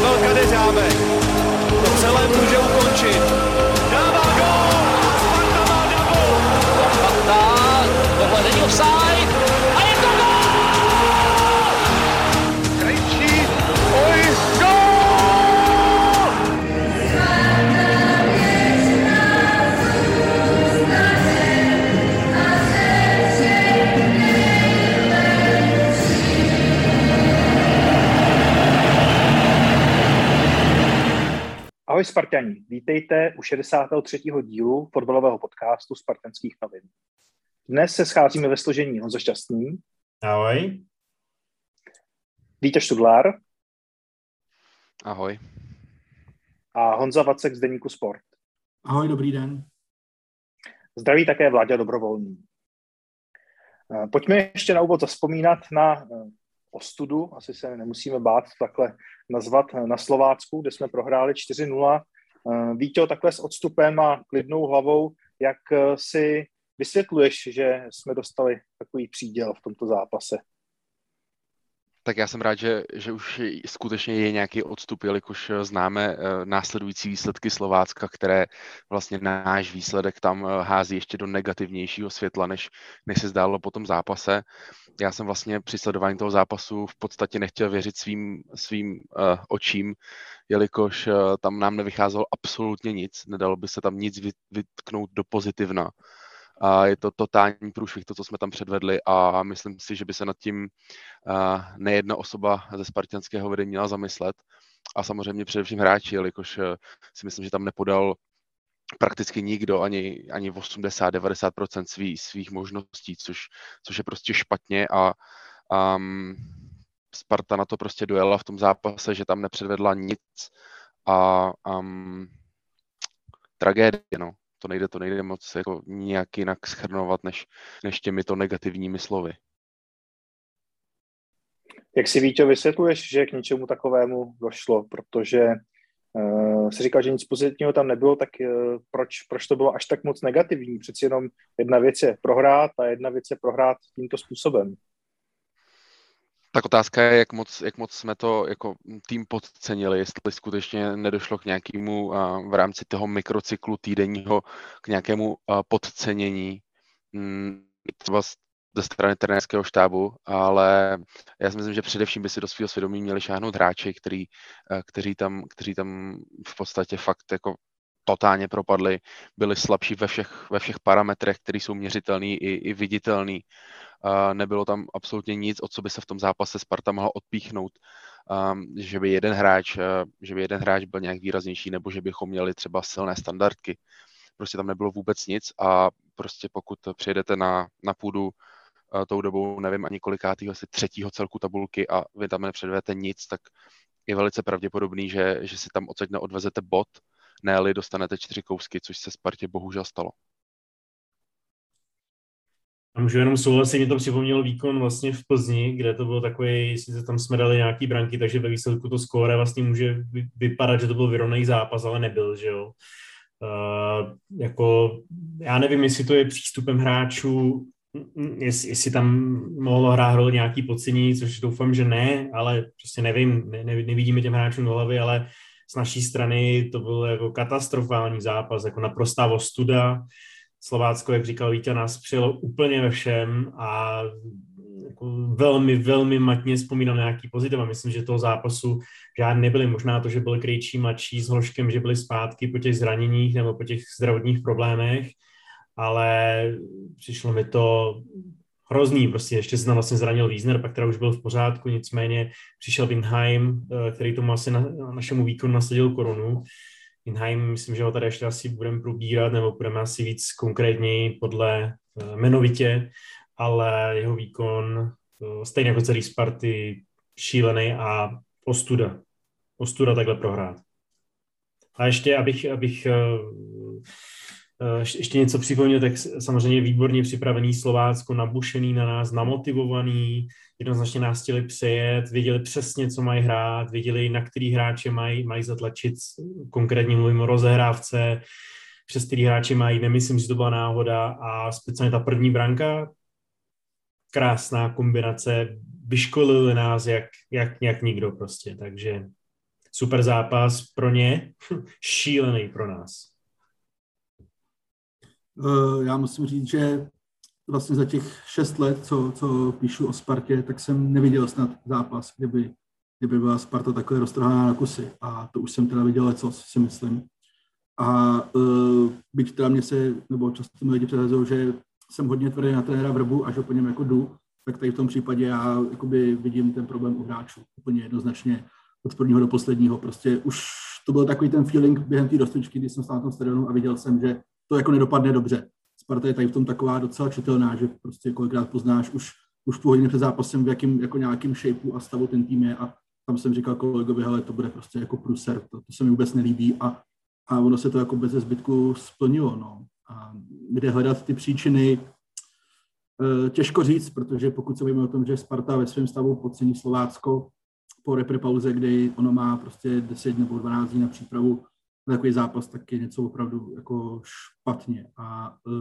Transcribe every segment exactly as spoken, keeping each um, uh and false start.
Pavel Kadeřábek to celé může ukončit. Dává gól! Sparta má double! Sparta, tohle není offside a je to gól! Krejčí, oj, gól! Ahoj Sparťani, vítejte u šedesátého třetího dílu fotbalového podcastu Spartanských novin. Dnes se scházíme ve složení Honza Šťastný. Ahoj. Vítěz Študlár. Ahoj. A Honza Vacek z deníku Sport. Ahoj, dobrý den. Zdraví také Vláďa Dobrovolný. Pojďme ještě na úvod zavzpomínat na ostudu, asi se nemusíme bát takhle nazvat, na Slovácku, kde jsme prohráli čtyři nula. Víťo, takhle s odstupem a klidnou hlavou, jak si vysvětluješ, že jsme dostali takový příděl v tomto zápase? Tak já jsem rád, že, že už skutečně je nějaký odstup, jelikož známe následující výsledky Slovácka, které vlastně náš výsledek tam hází ještě do negativnějšího světla, než, než se zdálo po tom zápase. Já jsem vlastně při sledování toho zápasu v podstatě nechtěl věřit svým, svým uh, očím, jelikož uh, tam nám nevycházelo absolutně nic, nedalo by se tam nic vytknout do pozitivna. A je to totální průšvih, to, co jsme tam předvedli, a myslím si, že by se nad tím uh, nejedna osoba ze spartanského vedení měla zamyslet. A samozřejmě především hráči, jelikož uh, si myslím, že tam nepodal prakticky nikdo, ani, ani osmdesát až devadesát procent svý, svých možností, což, což je prostě špatně, a um, Sparta na to prostě dojela v tom zápase, že tam nepředvedla nic a um, tragédie, no. To nejde, to nejde moc jako nějak jinak shrnovat, než, než těmito negativními slovy. Jak si, Víťo, vysvětluješ, že k něčemu takovému došlo? Protože uh, jsi říkal, že nic pozitivního tam nebylo, tak uh, proč, proč to bylo až tak moc negativní? Přeci jenom jedna věc je prohrát a jedna věc je prohrát tímto způsobem. Tak otázka je, jak moc, jak moc jsme to jako tým podcenili, jestli skutečně nedošlo k nějakému uh, v rámci toho mikrocyklu týdenního k nějakému uh, podcenění um, třeba ze strany trenérského štábu, ale já si myslím, že především by si do svého svědomí měli šáhnout hráči, který, uh, kteří, tam, kteří tam v podstatě fakt jako totálně propadli, byli slabší ve všech, ve všech parametrech, které jsou měřitelný i, i viditelný. Uh, nebylo tam absolutně nic, o co by se v tom zápase Sparta mohla odpíchnout, um, že by jeden hráč, uh, že by jeden hráč byl nějak výraznější, nebo že bychom měli třeba silné standardky. Prostě tam nebylo vůbec nic, a prostě pokud přijedete na, na půdu uh, tou dobou, nevím ani kolikátýho, asi třetího celku tabulky, a vy tam nepředvedete nic, tak je velice pravděpodobný, že, že si tam odsaď neodvezete bod, ne-li dostanete čtyři kousky, což se Spartě bohužel stalo. A můžu jenom souhlasit, mě to připomněl výkon vlastně v Plzni, kde to bylo takový, sice tam jsme dali nějaký branky, takže ve výsledku to skóre vlastně může vypadat, že to byl vyrovnaný zápas, ale nebyl, že jo. Uh, jako, já nevím, jestli to je přístupem hráčů, jestli, jestli tam mohlo hrát roli nějaký podcenění, což doufám, že ne, ale prostě nevím, ne, nevidíme těm hráčům do hlavy, ale z naší strany to byl jako katastrofální zápas, jako naprostá ostuda. Slovácko, jak říkal Víťa, nás přijelo úplně ve všem a jako velmi, velmi matně vzpomínám na nějaký pozitiva. Myslím, že toho zápasu žádný nebyly. Možná to, že byl Krejčí mladší s Hloškem, že byli zpátky po těch zraněních nebo po těch zdravotních problémech, ale přišlo mi to hrozný. Prostě ještě se tam vlastně zranil Wiesner, pak teda už byl v pořádku, nicméně přišel Winheim, který tomu asi na, na našemu výkonu nasadil korunu. Winheim, myslím, že ho tady ještě asi budeme probírat, nebo budeme asi víc konkrétněji podle uh, jmenovitě, ale jeho výkon, uh, stejně jako celý Sparty, šílený a ostuda. Ostuda takhle prohrát. A ještě, abych, abych uh, uh, ještě něco připomněl, tak samozřejmě výborně připravený Slovácko, nabušený na nás, namotivovaný, jednoznačně nás chtěli přejet, věděli přesně, co mají hrát, věděli, na který hráče mají, mají zatlačit, konkrétně mluvím o rozehrávce, přes který hráče mají, nemyslím, že to byla náhoda, a speciálně ta první branka, krásná kombinace, vyškolili nás jak, jak, jak nikdo prostě, takže super zápas pro ně, šílený pro nás. Já musím říct, že vlastně za těch šest let, co, co píšu o Spartě, tak jsem neviděl snad zápas, kdyby, kdyby byla Sparta takhle roztrhaná na kusy. A to už jsem teda viděl lecos, si myslím. A uh, byť teda mě se, nebo často mi lidi předhazují, že jsem hodně tvrdý na trenéra Vrbu a že po něm jako jdu, tak tady v tom případě já jakoby vidím ten problém u hráčů úplně jednoznačně od prvního do posledního. Prostě už to byl takový ten feeling během té rozcvičky, když jsem stál na tom stadionu a viděl jsem, že to jako nedopadne dobře. Sparta je tady v tom taková docela čitelná, že prostě kolikrát poznáš už, už tu hodinu před zápasem, v jakým jako nějakým shapeu a stavu ten tým je a tam jsem říkal kolegovi, hele, to bude prostě jako průser, to, to se mi vůbec nelíbí a, a ono se to jako bez zbytku splnilo, no. A kde hledat ty příčiny, e, těžko říct, protože pokud se bavíme o tom, že Sparta ve svém stavu podcení Slovácko po repre pauze, kdy ono má prostě deset nebo dvanáct dní na přípravu na takový zápas, tak je něco opravdu jako špatně. A e,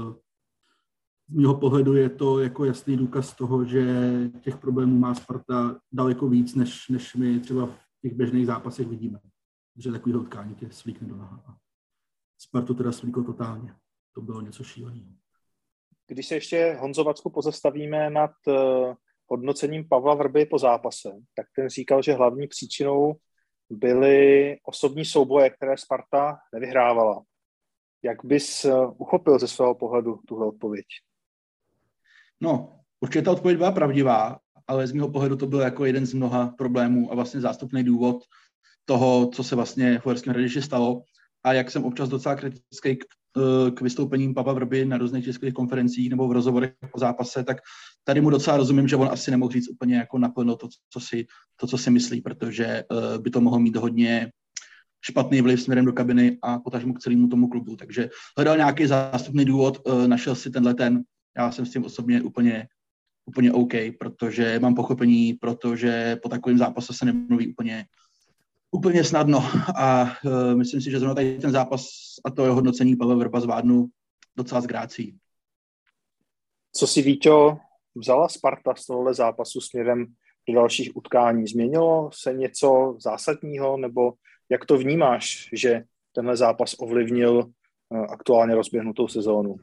z mého pohledu je to jako jasný důkaz toho, že těch problémů má Sparta daleko víc, než, než my třeba v těch běžných zápasech vidíme. Že takovýho utkání tě slíkne do noha. Spartu teda slíklo totálně. To bylo něco šíleného. Když se ještě, Honzo Vacku, pozastavíme nad uh, hodnocením Pavla Vrby po zápase, tak ten říkal, že hlavní příčinou byly osobní souboje, které Sparta nevyhrávala. Jak bys uchopil ze svého pohledu tuhle odpověď? No, určitě ta odpověď byla pravdivá, ale z mého pohledu to byl jako jeden z mnoha problémů a vlastně zástupný důvod toho, co se vlastně v Uherském Hradišti stalo. A jak jsem občas docela kritický k, k vystoupením Pavla Vrby na různých tiskových konferencích nebo v rozhovorech po zápase, tak tady mu docela rozumím, že on asi nemohl říct úplně jako naplno to, co si, to, co si myslí, protože uh, by to mohlo mít hodně špatný vliv směrem do kabiny a potažmo k celému tomu klubu. Takže hledal nějaký zástupný důvod, uh, našel si tenhle ten, já jsem s tím osobně úplně, úplně OK, protože mám pochopení, protože po takovém zápase se nemluví úplně Úplně snadno a uh, myslím si, že zrovna tady ten zápas a to jeho hodnocení Pavel Vrba zvládnu docela s grácí. Co si, Víťo, vzala Sparta z tohohle zápasu směrem do dalších utkání? Změnilo se něco zásadního, nebo jak to vnímáš, že tenhle zápas ovlivnil uh, aktuálně rozběhnutou sezónu?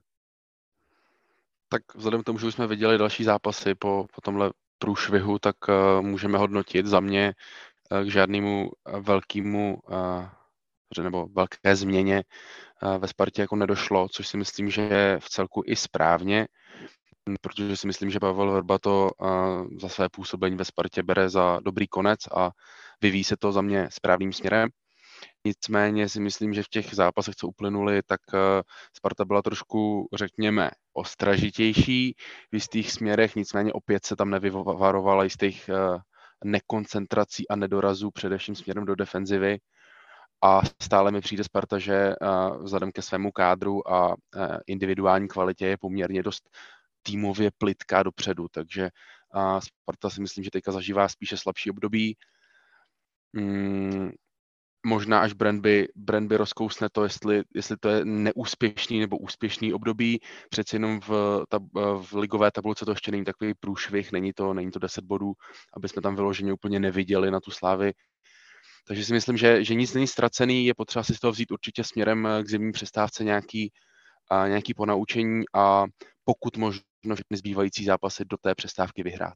Tak vzhledem k tomu, že už jsme viděli další zápasy po, po tomhle průšvihu, tak uh, můžeme hodnotit za mě k žádnému velkému nebo velké změně ve Spartě jako nedošlo, což si myslím, že je v celku i správně, protože si myslím, že Pavel Vrba to za své působení ve Spartě bere za dobrý konec a vyvíjí se to za mě správným směrem. Nicméně si myslím, že v těch zápasech, co uplynuly, tak Sparta byla trošku, řekněme, ostražitější v jistých směrech, nicméně opět se tam nevyvarovala jistých nekoncentrací a nedorazů, především směrem do defenzivy. A stále mi přijde Sparta, že vzhledem ke svému kádru a individuální kvalitě je poměrně dost týmově plitká dopředu, takže Sparta si myslím, že teďka zažívá spíše slabší období. Hmm, možná až Brandby, Brandby rozkousne to, jestli, jestli to je neúspěšný nebo úspěšný období. Přeci jenom v, tab, v ligové tabulce to ještě není takový průšvih, není to, není to deset bodů, aby jsme tam vyloženě úplně neviděli na tu Slávy. Takže si myslím, že, že nic není ztracený, je potřeba si z toho vzít určitě směrem k zimní přestávce nějaký, a nějaký ponaučení a pokud možno všechny zbývající zápasy do té přestávky vyhrát.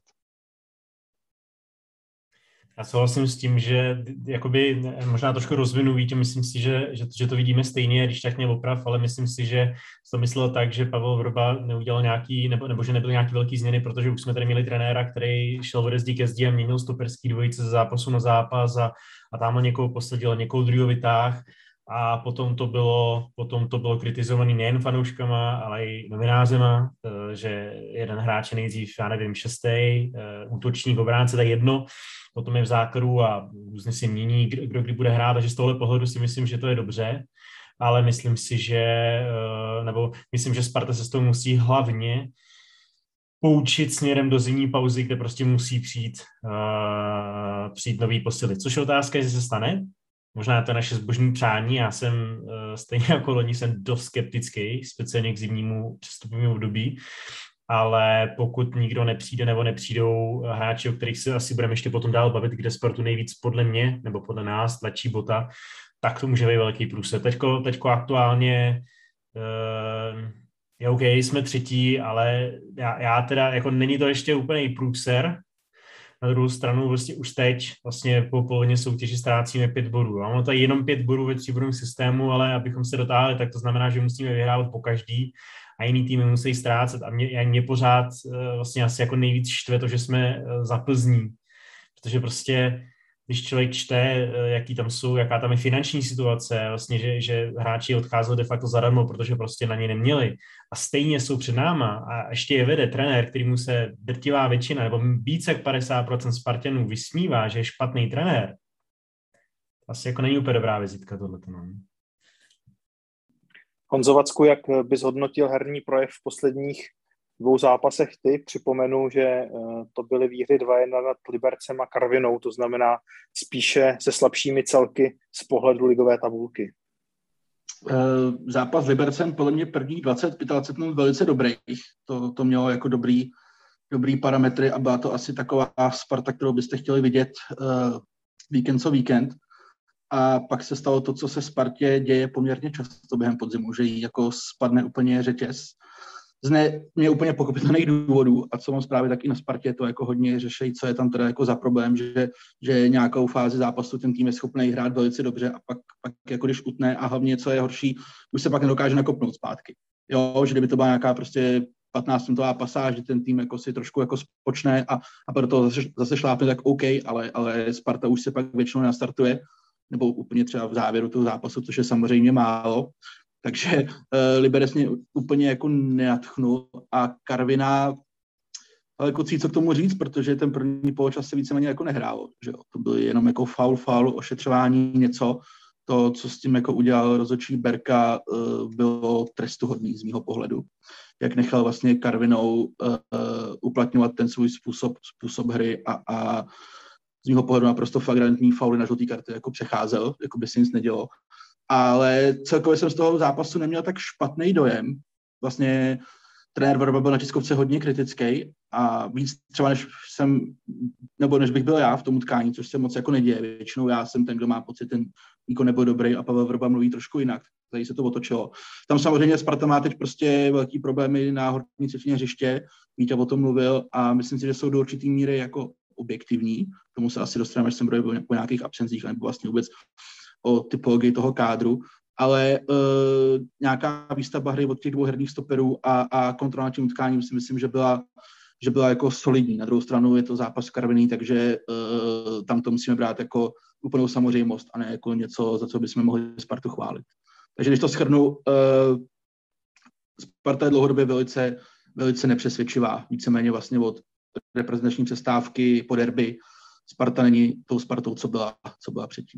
Já souhlasím s tím, že jakoby možná trošku rozvinu, Vítě, myslím si, že, že, že to vidíme stejně, když tak mě oprav, ale myslím si, že to myslel tak, že Pavel Vrba neudělal nějaký, nebo, nebo že nebyl nějaký velký změny, protože už jsme tady měli trenéra, který šel ode zdí ke zdi a měnil stoperský dvojice ze zápasu na zápas a, a tamhle někoho posadil, někoho druhého vytáh. A potom to bylo, potom to bylo kritizovaný nejen fanouškama, ale i novinářema, že jeden hráč je nejdřív, já nevím, šestý, útočník, obránce, tak jedno, potom je v základu a různě si mění, kdo kdy bude hrát, takže z tohle pohledu si myslím, že to je dobře, ale myslím si, že, nebo myslím, že Sparta se z toho musí hlavně poučit směrem do zimní pauzy, kde prostě musí přijít, uh, přijít nový posily. Což je otázka, jestli se stane. Možná to je naše zbožní přání, já jsem uh, stejně jako loni jsem dost skeptický, speciálně k zimnímu přestupovému období, ale pokud nikdo nepřijde nebo nepřijdou hráči, o kterých se asi budeme ještě potom dál bavit, kde sportu nejvíc podle mě nebo podle nás tlačí Bota, tak to může být velký průser. Teďko, teďko aktuálně uh, je OK, jsme třetí, ale já, já teda, jako není to ještě úplný průser. Na druhou stranu vlastně už teď vlastně po polovině soutěži ztrácíme pět bodů. Ono to je jenom pět bodů ve tříbodovém systému, ale abychom se dotáhli, tak to znamená, že musíme vyhrávat po každý a jiný týmy musí ztrácet. A mě, mě pořád vlastně asi jako nejvíc štve to, že jsme za Plzní. Protože prostě, když člověk čte, jaký tam jsou, jaká tam je finanční situace, vlastně, že, že hráči odcházeli de facto zadarmo, protože prostě na ně neměli. A stejně jsou před náma a ještě je vede trenér, který mu se drtivá většina, nebo více jak padesát procent Spartanů vysmívá, že je špatný trenér. Asi jako není úplně dobrá vizitka tohleto. No. Honzo Vacku, jak bys hodnotil herní projev v posledních dvou zápasech ty? Připomenu, že to byly výhry dva jedna nad Libercem a Karvinou, to znamená spíše se slabšími celky z pohledu ligové tabulky. Zápas s Libercem podle mě prvních dvacet dvacet minut velice dobrých. To, to mělo jako dobrý, dobrý parametry a byla to asi taková Sparta, kterou byste chtěli vidět uh, víkend co víkend. A pak se stalo to, co se Spartě děje poměrně často během podzimu, že jí jako spadne úplně řetěz. Z ne, mě úplně pochopitelných důvodů a co mám zprávy, tak i na Spartě to jako hodně řeší, co je tam teda jako za problém, že, že nějakou fázi zápasu ten tým je schopný hrát velice dobře a pak, pak jako když utne a hlavně, co je horší, už se pak nedokáže nakopnout zpátky. Jo, že kdyby to byla nějaká prostě patnáctiminutová pasáž, že ten tým jako si trošku jako spočne a, a proto zase, zase šlápne, tak OK, ale, ale Sparta už se pak většinou nastartuje, nebo úplně třeba v závěru toho zápasu, což je samozřejmě málo. Takže uh, Liberec mě úplně jako nenadchnul a Karviná, ale kocí, co k tomu říct, protože ten první poločas se víceméně jako nehrálo, že jo. To bylo jenom jako faul, faul, ošetřování, něco. To, co s tím jako udělal rozhodčí Berka, uh, bylo trestuhodný z mýho pohledu. Jak nechal vlastně Karvinou uh, uplatňovat ten svůj způsob, způsob hry a, a z mýho pohledu naprosto flagrantní fauly na žlutý karty jako přecházel, jako by se nic nedělo. Ale celkově jsem z toho zápasu neměl tak špatný dojem. Vlastně trenér Vrba byl na tiskovce hodně kritický a víc třeba než jsem, nebo než bych byl já v tom utkání, což se moc jako neděje. Většinou já jsem ten, kdo má pocit, ten výkon nebyl dobrý a Pavel Vrba mluví trošku jinak. Tady se to otočilo. Tam samozřejmě Sparta má teď prostě velký problémy na horní třetině hřiště. Víťa o tom mluvil a myslím si, že jsou do určitý míry jako objektivní. K tomu se asi dostaneme, až jsem mluvil po nějakých absencích, nebo vlastně vůbec o typologii toho kádru, ale uh, nějaká výstavba hry od těch dvou herních stoperů a, a kontrola nad tím utkáním si myslím, že byla, že byla jako solidní. Na druhou stranu je to zápas Karviný, takže uh, tam to musíme brát jako úplnou samozřejmost a ne jako něco, za co bychom mohli Spartu chválit. Takže když to shrnu, uh, Sparta je dlouhodobě velice, velice nepřesvědčivá, víceméně vlastně od reprezentační přestávky po derby. Sparta není tou Spartou, co byla, co byla předtím.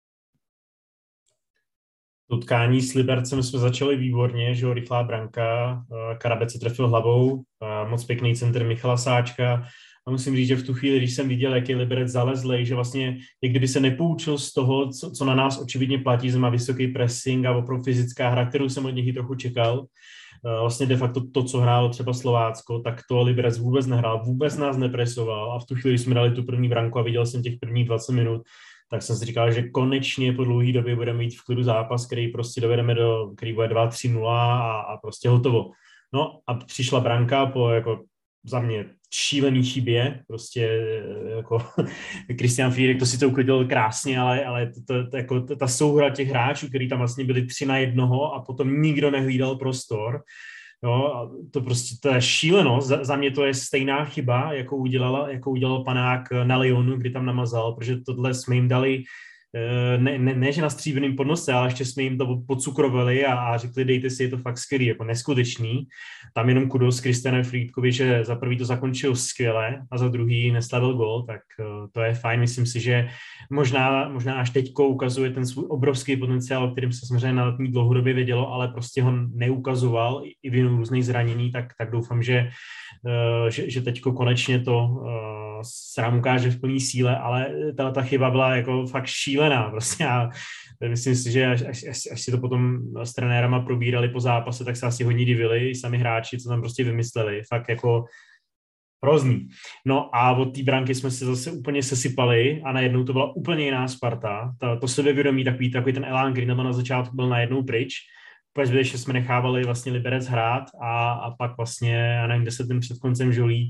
Utkání s Libercem jsme začali výborně, že jo, rychlá branka, Karabec se trefil hlavou, moc pěkný center Michala Sáčka a musím říct, že v tu chvíli, když jsem viděl, jak je Liberec zalezlej, že vlastně, jak kdyby se nepoučil z toho, co, co na nás očividně platí, že má vysoký pressing a opravdu fyzická hra, kterou jsem od nich i trochu čekal. Vlastně de facto to, co hrálo třeba Slovácko, tak to Liberec vůbec nehrál, vůbec nás nepresoval a v tu chvíli jsme dali tu první branku a viděl jsem těch prvních dvacet minut, tak jsem si říkal, že konečně po dlouhé době budeme mít v klidu zápas, který prostě dovedeme do, který bude dva tři nula a, a prostě hotovo. No a přišla branka po jako za mě šílený chybě, prostě jako Christian Friedrich to si to uklidil krásně, ale, ale to, to, to, jako ta souhra těch hráčů, který tam vlastně byli tři na jednoho a potom nikdo nehlídal prostor, jo, to prostě to je šílenost, za, za mě to je stejná chyba, jako udělala, jako udělal panák na Lyonu, kdy tam namazal, protože tohle jsme jim dali ne, ne, ne že na stříbrným podnose, ale ještě jsme jim to podcukrovali a, a řekli, dejte si, je to fakt skvělý, jako neskutečný. Tam jenom kudos Christianu Friedkovi, že za prvý to zakončil skvěle a za druhý neslavil gól, tak to je fajn. Myslím si, že možná, možná až teďko ukazuje ten svůj obrovský potenciál, o kterým se samozřejmě na letní dlouhodobě vědělo, ale prostě ho neukazoval i vinu různých zranění, tak, tak doufám, že, že, že teďko konečně to se nám ukáže v plný síle, ale ta, ta chyba byla jako fakt šílená. Prostě a Myslím si, že až, až, až, až si to potom s trenérama probírali po zápase, tak se asi hodně divili, sami hráči, co tam prostě vymysleli. Fakt jako hrozný. No a od té branky jsme se zase úplně sesypali a najednou to byla úplně jiná Sparta. To, to sebevědomí, takový, takový ten elán, který na začátku byl najednou pryč. Úplně zbytečně jsme nechávali vlastně Liberec hrát a, a pak vlastně, já nevím, deset minut před koncem Žolík,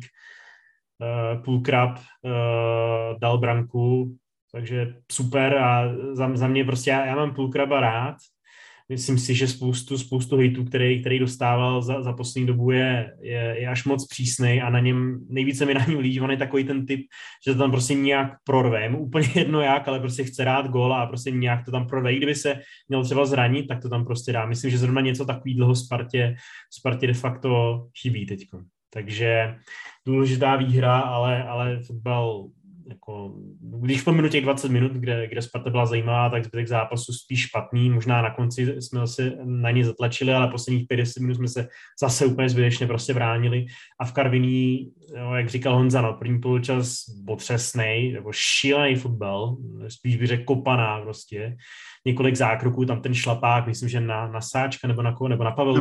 uh, Půlkrab uh, dal branku, takže super a za, za mě prostě, já, já mám Půlkraba rád. Myslím si, že spoustu, spoustu hejtů, který, který dostával za, za poslední dobu, je, je, je až moc přísnej a na něm, nejvíce mi na něm líbí, on je takový ten typ, že to tam prostě nějak prorve. Je mu úplně jedno jak, ale prostě chce rád gól a prostě nějak to tam prorve. I kdyby se měl třeba zranit, tak to tam prostě dá. Myslím, že zrovna něco takového Spartě, Spartě de facto chybí teďko. Takže důležitá výhra, ale, ale fotbal jako, když pominu těch dvacet minut, kde, kde Sparta byla zajímavá, tak zbytek zápasu spíš špatný, možná na konci jsme se na ně zatlačili, ale posledních padesát minut jsme se zase úplně zbytečně prostě bránili a v Karviní, jo, jak říkal Honza, no, první poločas otřesnej, nebo šílený fotbal, spíš bych řekl kopaná prostě, několik zákroků, tam ten šlapák, myslím, že na, na Sáčka nebo na koho, nebo na Pavelku.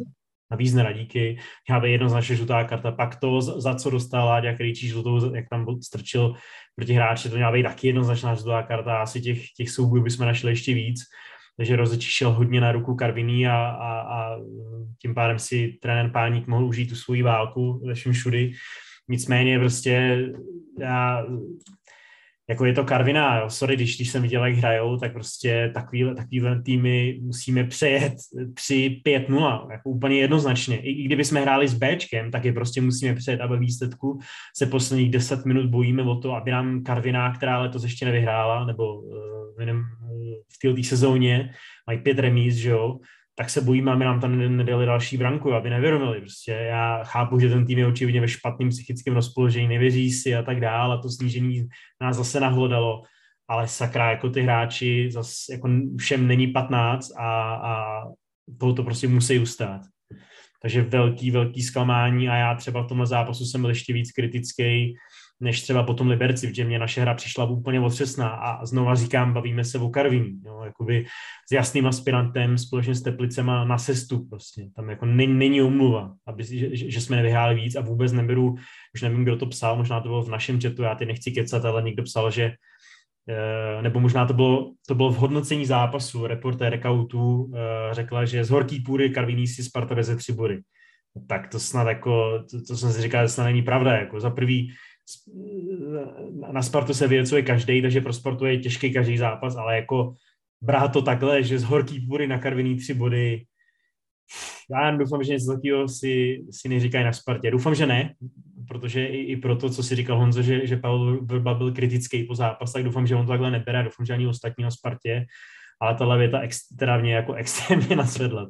Na Víznera, díky. Já jednoznačně žlutá karta. Pak to, za co dostal Láďa Krejčí žlutou, jak tam strčil proti hráči, to měla být taky jednoznačná žlutá karta. Asi těch, těch soubojů bychom našli ještě víc. Takže Rozeči šel hodně na ruku Karviní a, a, a tím pádem si trenér Páník mohl užít tu svoji válku ve všem všudy. Nicméně prostě já... Jako je to Karviná, jo. Sorry, když, když jsem viděl, jak hrajou, tak prostě takovýhle, takovýhle týmy musíme přejet tři pět nula, jako úplně jednoznačně. I, I kdyby jsme hráli s Bčkem, tak je prostě musíme přejet a ve výsledku se posledních deset minut bojíme o to, aby nám Karviná, která letos ještě nevyhrála, nebo uh, jenom v této sezóně mají pět remíz, že jo, tak se bojíme, aby nám tam nedali další branku, aby nevědomili. Prostě já chápu, že ten tým je očividně ve špatném psychickém rozpoložení, nevěří si a tak dále, a to snížení nás zase nahlodalo, ale sakra, jako ty hráči, zase jako všem není patnáct a, a to, to prostě musí ustát. Takže velký, velký zklamání a já třeba v tomhle zápasu jsem byl ještě víc kritický, než třeba potom Liberci, protože mě naše hra přišla úplně otřesná a znova říkám, bavíme se o Karviní, jo, jakoby s jasným aspirantem společně s Teplicema na sestup prostě, tam jako není, není omluva, aby, že, že jsme nevyhráli víc a vůbec neberu, už nevím, kdo to psal, možná to bylo v našem chatu, já teď nechci kecat, ale někdo psal, že nebo možná to bylo, to bylo v hodnocení zápasu, reportérka U T U řekla, že z horký půdy Karviní si Sparta veze tři body. Tak to snad jako, to, to jsem si říkal, že snad není pravda, jako za prvý na Spartu se vyjecuje každý, takže pro Spartu je těžký každý zápas, ale jako brát to takhle, že z horký půdy na Karviní tři body, já doufám, že něco takového si, si neříkají na Spartě. Doufám, že ne, protože i, i pro to, co si říkal Honzo, že, že Pavel Vrba byl kritický po zápas, tak doufám, že on to takhle nebere, doufám, že ani ostatní na Spartě, ale tahle věta ex, teda mě jako extrémně nasvedla.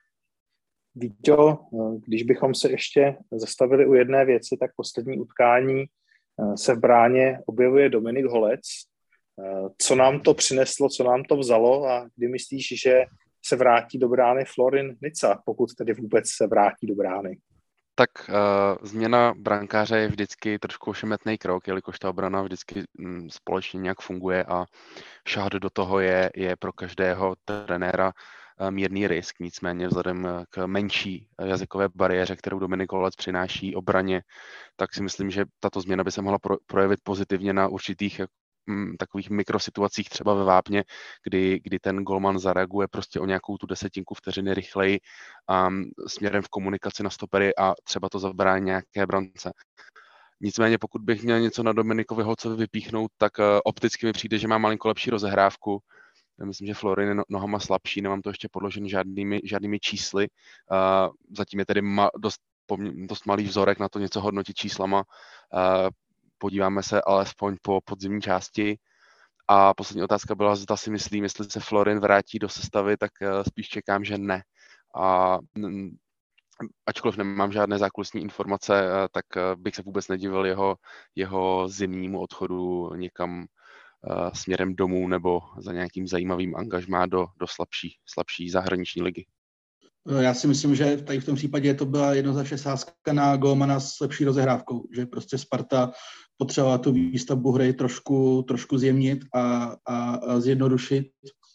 Víťo, když bychom se ještě zastavili u jedné věci, tak poslední utkání se v bráně objevuje Dominik Holec. Co nám to přineslo, co nám to vzalo a kdy myslíš, že se vrátí do brány Florin Nica, pokud tedy vůbec se vrátí do brány? Tak uh, změna brankáře je vždycky trošku ošemetný krok, jelikož ta obrana vždycky mm, společně nějak funguje a šáhat do toho je, je pro každého trenéra mírný risk, nicméně vzhledem k menší jazykové bariéře, kterou Dominik Holec přináší obraně, tak si myslím, že tato změna by se mohla pro, projevit pozitivně na určitých m, takových mikrosituacích, třeba ve Vápně, kdy, kdy ten golman zareaguje prostě o nějakou tu desetinku vteřiny rychleji um, směrem v komunikaci na stopery a třeba to zabrání nějaké brance. Nicméně pokud bych měl něco na Dominikovi Holcovi vypíchnout, tak uh, opticky mi přijde, že má malinko lepší rozehrávku. Já myslím, že Florin je nohama slabší, nemám to ještě podložen žádnými, žádnými čísly. Uh, zatím je tedy ma, dost, dost malý vzorek na to něco hodnotit číslama. Uh, podíváme se alespoň po podzimní části. A poslední otázka byla, zda si myslím, jestli se Florin vrátí do sestavy, tak uh, spíš čekám, že ne. A m, ačkoliv nemám žádné zákulisní informace, uh, tak uh, bych se vůbec nedivil jeho, jeho zimnímu odchodu někam směrem domů nebo za nějakým zajímavým angažmá do, do slabší, slabší zahraniční ligy. Já si myslím, že tady v tom případě to byla jednoznačně sázka na golmana s lepší rozehrávkou, že prostě Sparta potřebovala tu výstavbu hry trošku, trošku zjemnit a, a, a zjednodušit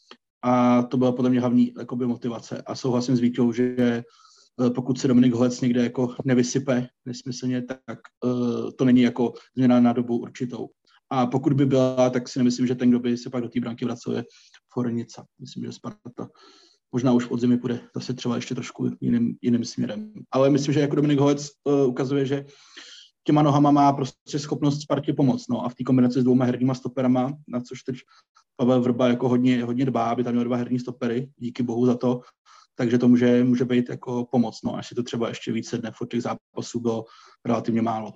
a to byla podle mě hlavní jakoby, motivace. A souhlasím s Vítou, že pokud se Dominik Holec někde jako nevysype nesmyslně, tak uh, to není jako změna na dobu určitou. A pokud by byla, tak si nemyslím, že ten, kdo by se pak do té branky vracel, je Forenica. Myslím, že Sparta možná už od zimy půjde zase třeba ještě trošku jiným, jiným směrem. Ale myslím, že jako Dominik Holec uh, ukazuje, že těma nohama má prostě schopnost Spartě pomoct. No a v té kombinaci s dvouma herníma stoperama, na což teď Pavel Vrba jako hodně, hodně dbá, aby tam měl dva herní stopery, díky bohu za to, takže to může, může být jako pomoc. No, až si to třeba ještě více dne od těch zápasů bylo relativně málo.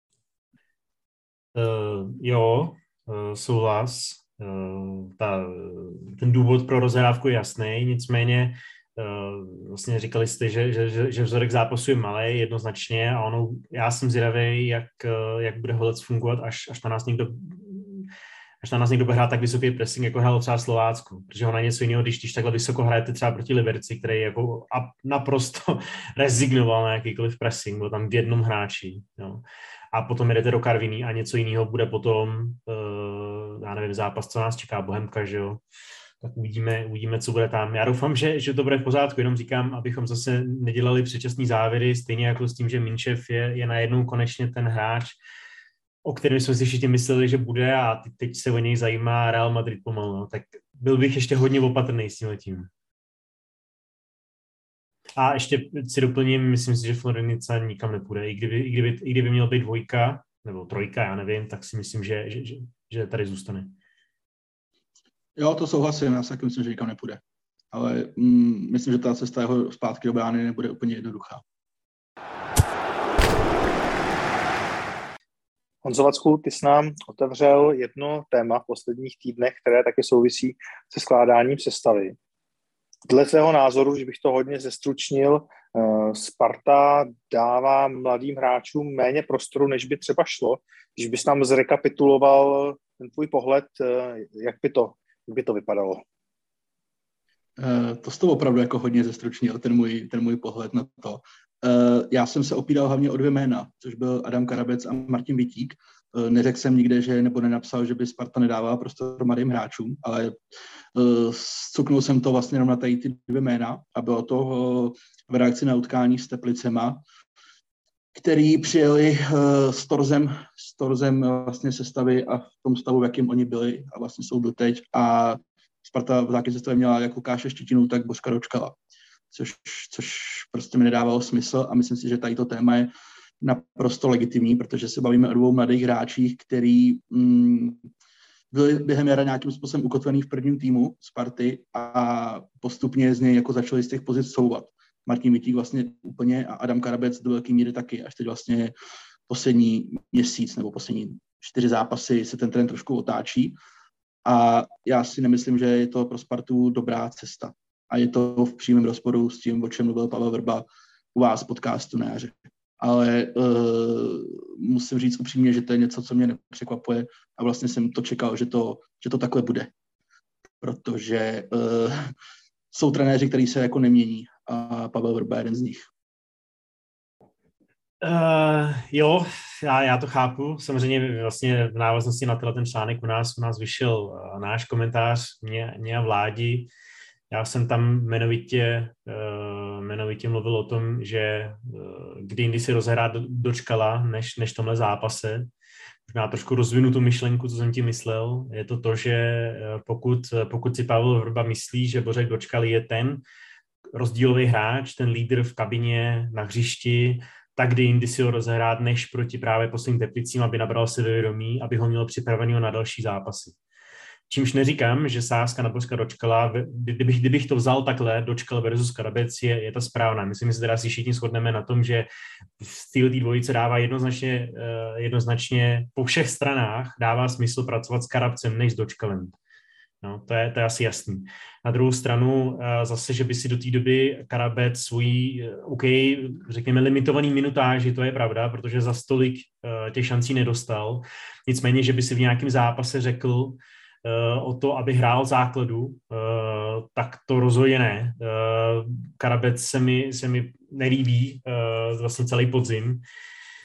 Uh, jo, uh, souhlas. Uh, ta, ten důvod pro rozhrávku je jasný, nicméně uh, vlastně říkali jste, že, že, že, že vzorek zápasu je malý jednoznačně a ono, já jsem zvědavý, jak, jak bude Holec fungovat, až, až na nás někdo až na nás někdo bude hrát tak vysoký pressing, jako hrál třeba Slovácku, protože ona něco jiného, když, když takhle vysoko hrajete třeba proti Liberci, který jako naprosto rezignoval na jakýkoliv pressing, byl tam v jednom hráči, jo. A potom jdete do Karviní a něco jiného bude potom, uh, já nevím, zápas, co nás čeká, Bohemka, že jo, tak uvidíme, uvidíme, co bude tam. Já doufám, že, že to bude v pořádku, jenom říkám, abychom zase nedělali předčasný závěry, stejně jako s tím, že Minčev je, je najednou konečně ten hráč, o kterém jsme si všichni mysleli, že bude a teď se o něj zajímá Real Madrid pomalu, no. Tak byl bych ještě hodně opatrný s tímhletím. A ještě si doplním, myslím si, že Florenica nikam nepůjde. I kdyby, i kdyby, i kdyby měl být dvojka, nebo trojka, já nevím, tak si myslím, že, že, že, že tady zůstane. Jo, to souhlasím, já si taky myslím, že nikam nepůjde. Ale mm, myslím, že ta cesta jeho zpátky do brány nebude úplně jednoduchá. Honzo Vacku, ty jsi nám otevřel jedno téma v posledních týdnech, které taky souvisí se skládáním sestavy. Dle svého názoru, když bych to hodně zestručnil, Sparta dává mladým hráčům méně prostoru, než by třeba šlo. Když bys nám zrekapituloval ten tvůj pohled, jak by to, jak by to vypadalo? To jsi to opravdu jako hodně zestručnil, ten můj, ten můj pohled na to. Já jsem se opíral hlavně o dvě jména, což byl Adam Karabec a Martin Vitík. Neřekl jsem nikde, že nebo nenapsal, že by Sparta nedávala prostor mladým hráčům, ale cuknul jsem to vlastně jenom na tady ty dvě jména a bylo to v reakci na utkání s Teplicema, který přijeli s torzem, s torzem vlastně sestavy a v tom stavu, v jakém oni byli a vlastně jsou doteď. A Sparta v základní sestavě měla jak Lukáše Štětinu, tak Božka Dočkala, což, což prostě mi nedávalo smysl a myslím si, že tady to téma je naprosto legitimní, protože se bavíme o dvou mladých hráčích, který mm, byli během jara nějakým způsobem ukotvený v prvním týmu Sparty a postupně z něj jako začali z těch pozic souvat. Martin Vitík vlastně úplně a Adam Karabec do velké míry taky. Až teď vlastně poslední měsíc nebo poslední čtyři zápasy se ten trend trošku otáčí a já si nemyslím, že je to pro Spartu dobrá cesta. A je to v přímém rozporu s tím, o čem mluvil Pavel Vrba u vás v podcastu na jaře. Ale uh, musím říct upřímně, že to je něco, co mě nepřekvapuje a vlastně jsem to čekal, že to, že to takhle bude. Protože uh, jsou trenéři, kteří se jako nemění a Pavel Vrba je jeden z nich. Uh, jo, já, já to chápu. Samozřejmě vlastně v návaznosti na ten článek u nás, u nás vyšel uh, náš komentář mě, mě a Vládi. Já jsem tam jmenovitě, uh, jmenovitě mluvil o tom, že uh, kdy jindy si rozhrát do, dočkala, než, než tomhle zápase. Možná trošku rozvinu tu myšlenku, co jsem ti myslel. Je to to, že pokud, pokud si Pavel Vrba myslí, že Bořek Dočkal je ten rozdílový hráč, ten lídr v kabině, na hřišti, tak kdy jindy si ho rozhrát, než proti právě posledním Teplicím, aby nabral sebevědomí, aby ho měl připraveného na další zápasy. Čímž neříkám, že sázka na Božka Dočkala, kdybych, kdybych to vzal takhle, Dočkal versus Karabec, je, je ta správná. Myslím, že se teda si všichni shodneme na tom, že styl té dvojice dává jednoznačně, jednoznačně po všech stranách dává smysl pracovat s Karabcem než s Dočkalem. No, to je, to je asi jasný. Na druhou stranu zase, že by si do té doby Karabec svojí, OK, řekněme, limitovaný minutáži, to je pravda, protože za stolik těch šancí nedostal. Nicméně, že by si v nějakém zápase řekl, o to, aby hrál základu, tak to rozhodně ne. Karabec se mi, se mi nelíbí vlastně celý podzim.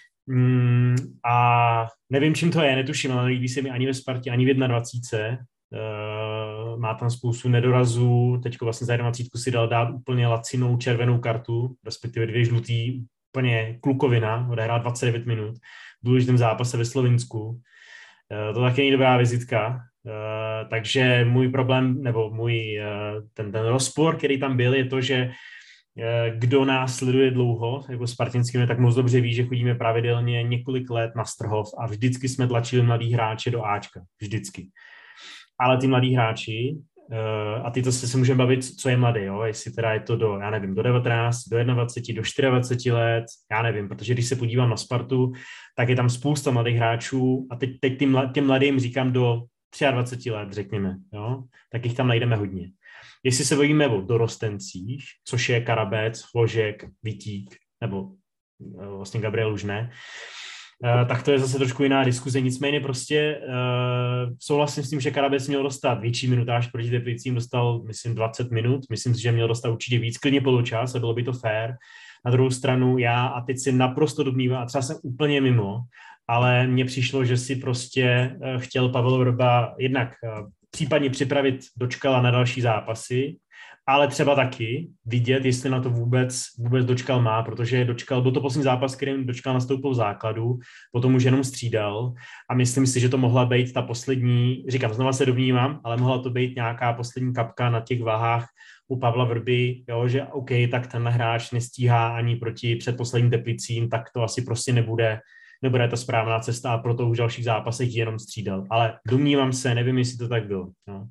A nevím, čím to je, netuším, ale nelíbí se mi ani ve Spartě, ani v dvacet jedna. Uh, má tam spoustu nedorazů, teďko vlastně za dvacítku si dal dát úplně lacinou červenou kartu, respektive dvě žlutý, úplně klukovina, odehrál dvacet devět minut, v důležitém zápase ve Slovinsku. Uh, to taky není dobrá vizitka, uh, takže můj problém, nebo můj uh, ten, ten rozpor, který tam byl, je to, že uh, kdo nás sleduje dlouho, jako Spartinskými, tak moc dobře ví, že chodíme pravidelně několik let na Strhov a vždycky jsme tlačili mladý hráče do Ačka, vždycky. Ale ty mladí hráči, uh, a ty to se, se můžeme bavit, co je mladý, jo? Jestli teda je to do, já nevím, do devatenáct, do jednadvacet, do dvacet čtyři let, já nevím, protože když se podívám na Spartu, tak je tam spousta mladých hráčů a teď, teď těm, těm mladým říkám do dvacet tři let, řekněme, jo? Tak jich tam najdeme hodně. Jestli se bavíme o dorostencích, což je Karabec, Hložek, Vítík, nebo uh, vlastně Gabriel už ne, Uh, tak to je zase trošku jiná diskuze. Nicméně prostě uh, souhlasím s tím, že Karabec měl dostat větší minutáž proti Teplicím, dostal, myslím, dvacet minut. Myslím si, že měl dostat určitě víc, klidně poločas a bylo by to fair. Na druhou stranu já, a teď si naprosto domnívám, a třeba jsem úplně mimo, ale mně přišlo, že si prostě uh, chtěl Pavel Vrba jednak uh, případně připravit Dočkala na další zápasy, ale třeba taky vidět, jestli na to vůbec, vůbec Dočkal má, protože Dočkal, byl to poslední zápas, kterým Dočkal nastoupil v základu, potom už jenom střídal a myslím si, že to mohla být ta poslední, říkám, znova se domnívám, ale mohla to být nějaká poslední kapka na těch vahách u Pavla Vrby, jo, že OK, tak ten hráč nestíhá ani proti předposledním Teplicím, tak to asi prostě nebude, nebude ta správná cesta a proto už v dalších zápasech jenom střídal. Ale domnívám se, nevím, jestli to tak bylo. No.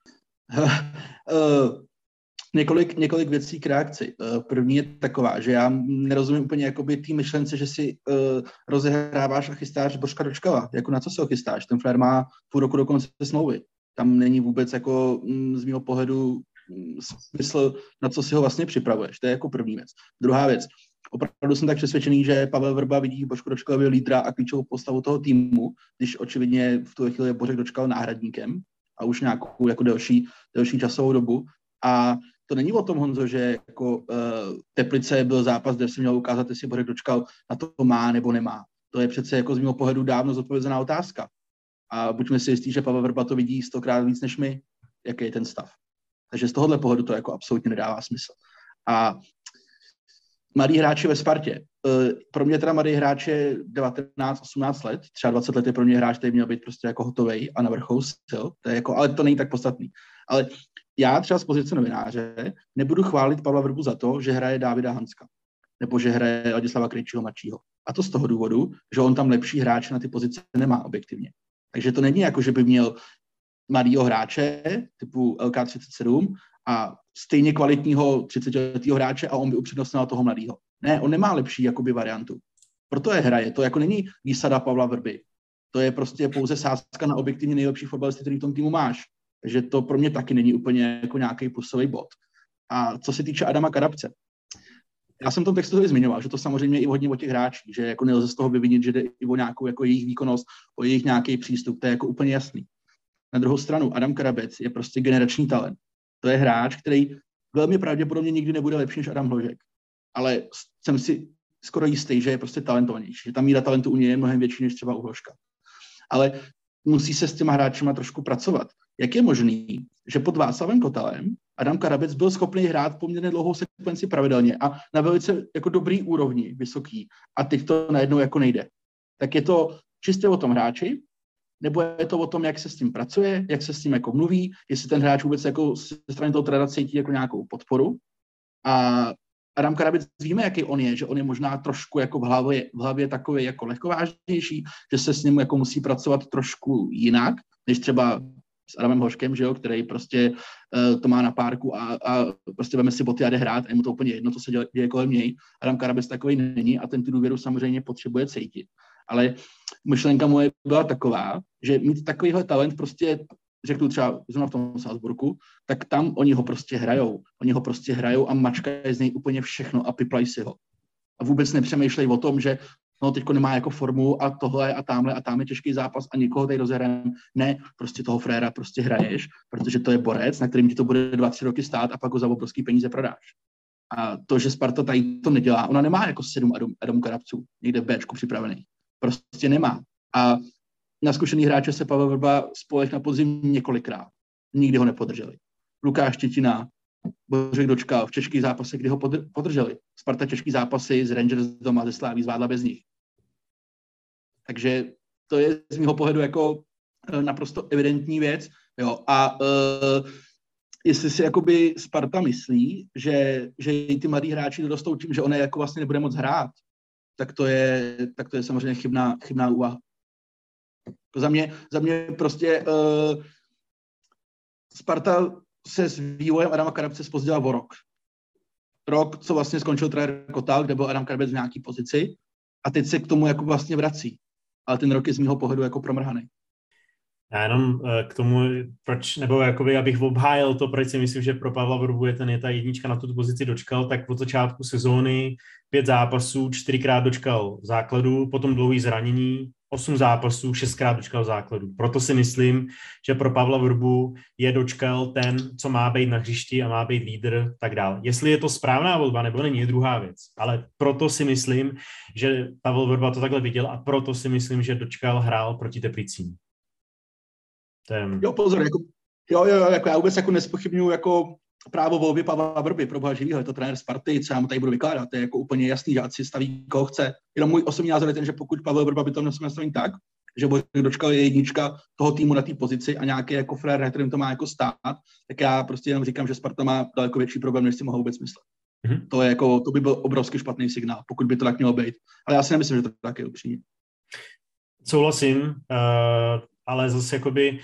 uh... Několik, několik věcí k reakci. První je taková, že já nerozumím úplně jakoby té myšlence, že si uh, rozehráváš a chystáš Božka Dočkala. Jako na co se ho chystáš? Ten frér má půl roku do konce smlouvy. Tam není vůbec jako mm, z mého pohledu mm, smysl, na co si ho vlastně připravuješ. To je jako první věc. Druhá věc. Opravdu jsem tak přesvědčený, že Pavel Vrba vidí Božku Dočkalového lídra a klíčovou postavu toho týmu, když očividně v tu chvíli je Božek Dočkal náhradníkem a už nějakou jako delší, delší časovou dobu. A to není o tom, Honzo, že jako uh, Teplice byl zápas, kde se měl ukázat, jestli Bořek Dočkal na to má nebo nemá. To je přece jako z mého pohledu dávno zodpovězená otázka. A buďme si jistí, že Pavel Vrba to vidí stokrát víc než my, jaký je ten stav. Takže z tohohle pohledu to jako absolutně nedává smysl. A mladí hráči ve Spartě. Uh, pro mě teda mladý hráč je devatenáct osmnáct let, třeba dvacet let je pro mě hráč, který měl být prostě jako hotovej a na vrcholu sil. To je jako, ale to není tak podstatný. Ale já třeba z pozice novináře nebudu chválit Pavla Vrbu za to, že hraje Dávida Hanska nebo že hraje Ladislava Krejčího mladšího. A to z toho důvodu, že on tam lepší hráče na ty pozice nemá objektivně. Takže to není jako, že by měl mladýho hráče typu L K třicet sedm a stejně kvalitního třicetiletého hráče a on by upřednostnil toho mladýho. Ne, on nemá lepší jakoby variantu. Proto je hraje. To jako není výsada Pavla Vrby. To je prostě pouze sázka na objektivně nejlepší fotbalisty, který v tom týmu máš. Takže to pro mě taky není úplně jako nějaký plusový bod. A co se týče Adama Karabce, já jsem v tom textu zmiňoval, že to samozřejmě i hodně o těch hráčích, že jako nelze z toho vyvinit, že jde i o nějakou jako jejich výkonnost, o jejich nějaký přístup, to je jako úplně jasný. Na druhou stranu Adam Karabec je prostě generační talent. To je hráč, který velmi pravděpodobně nikdy nebude lepší než Adam Hložek. Ale jsem si skoro jistý, že je prostě talentovanější, že ta míra talentu u něj je mnohem větší než třeba u Hložka. Ale musí se s těma hráčima trošku pracovat. Jak je možný, že pod Václavem Kotalem Adam Karabec byl schopný hrát poměrně dlouhou sekvenci pravidelně a na velice jako dobrý úrovni, vysoký, a teď to najednou jako nejde. Tak je to čistě o tom hráči, nebo je to o tom, jak se s tím pracuje, jak se s tím jako mluví, jestli ten hráč vůbec jako ze strany toho trenéra cítí jako nějakou podporu. A Adam Karabec víme, jaký on je, že on je možná trošku jako v hlavě, v hlavě takový jako lehkovážnější, že se s ním jako musí pracovat trošku jinak, než třeba s Adamem Hoškem, že jo, který prostě uh, to má na párku a, a prostě veme si boty a jde hrát a je mu to úplně jedno, co se děje, děje kolem něj. Adam Karabec takový není a ten tu důvěru samozřejmě potřebuje cítit. Ale myšlenka moje byla taková, že mít takovýhle talent prostě, řeknu třeba zrovna v tom Salzburgu, tak tam oni ho prostě hrajou. Oni ho prostě hrajou a mačkají z něj úplně všechno a piplají si ho. A vůbec nepřemýšlejí o tom, že no teďko nemá jako formu a tohle a tamhle a tam je těžký zápas a nikoho tady rozhrajeme. Ne, prostě toho fréra prostě hraješ, protože to je borec, na kterým ti to bude dva, tři roky stát a pak ho za obrovský peníze prodáš. A to, že Sparta tady to nedělá, ona nemá jako sedm Adam, Adam Karabců někde v Bčku připravený. Prostě nemá. A na zkušený hráče se Pavel Vrba spolech na podzim několikrát. Nikdy ho nepodrželi. Lukáš Štětina, Bořek Dočkal v českých zápasech, kdy ho podrželi. Sparta český zápasy z Rangers doma ze Sláví zvládla bez nich. Takže to je z mého pohledu jako naprosto evidentní věc. Jo. A uh, jestli si jakoby Sparta myslí, že, že ty mladí hráči dorostou tím, že ona jako vlastně nebude moc hrát, tak to je, tak to je samozřejmě chybná, chybná úvaha. Za mě, za mě prostě uh, Sparta se s vývojem Adama Karabce zpozdila o rok. Rok, co vlastně skončil trenér Kotal, kde byl Adam Karabec v nějaký pozici a teď se k tomu jako vlastně vrací. Ale ten rok je z mého pohledu jako promrhaný. Já jenom k tomu, proč, nebo jakoby, abych obhájil to, proč si myslím, že pro Pavla Vrbu je ten je ta jednička na tu pozici Dočkal, tak od začátku sezóny pět zápasů, čtyřikrát Dočkal v základu, potom dlouhý zranění, osm zápasů, šestkrát Dočkal v základu. Proto si myslím, že pro Pavla Vrbu je Dočkal ten, co má být na hřišti a má být lídr, tak dál. Jestli je to správná volba, nebo není, je druhá věc. Ale proto si myslím, že Pavel Vrba to takhle viděl a proto si myslím, že Dočkal hrál proti Teplicím. Ten... Jo, pozor, jako, jo, jo, jako já vůbec jako nespochybnuju jako právo volby Pavla Vrby, pro boha živýho, je to trenér Sparty, co já mu tady budu vykládat, to je jako úplně jasný, že ať si staví, koho chce. Jenom můj osobní názor je ten, že pokud Pavel Vrba by to měl nastavit tak, že Bořek Dočkal je jednička toho týmu na té pozici a nějaký jako frér, na kterým to má jako stát, tak já prostě jenom říkám, že Sparta má daleko větší problém, než si mohou vůbec myslet. Mm-hmm. To je jako, to by byl obrovský špatný signál, pokud by to tak mělo být. Ale já si nemyslím, že to tak je upřímně. Souhlasím, uh, ale zase jakoby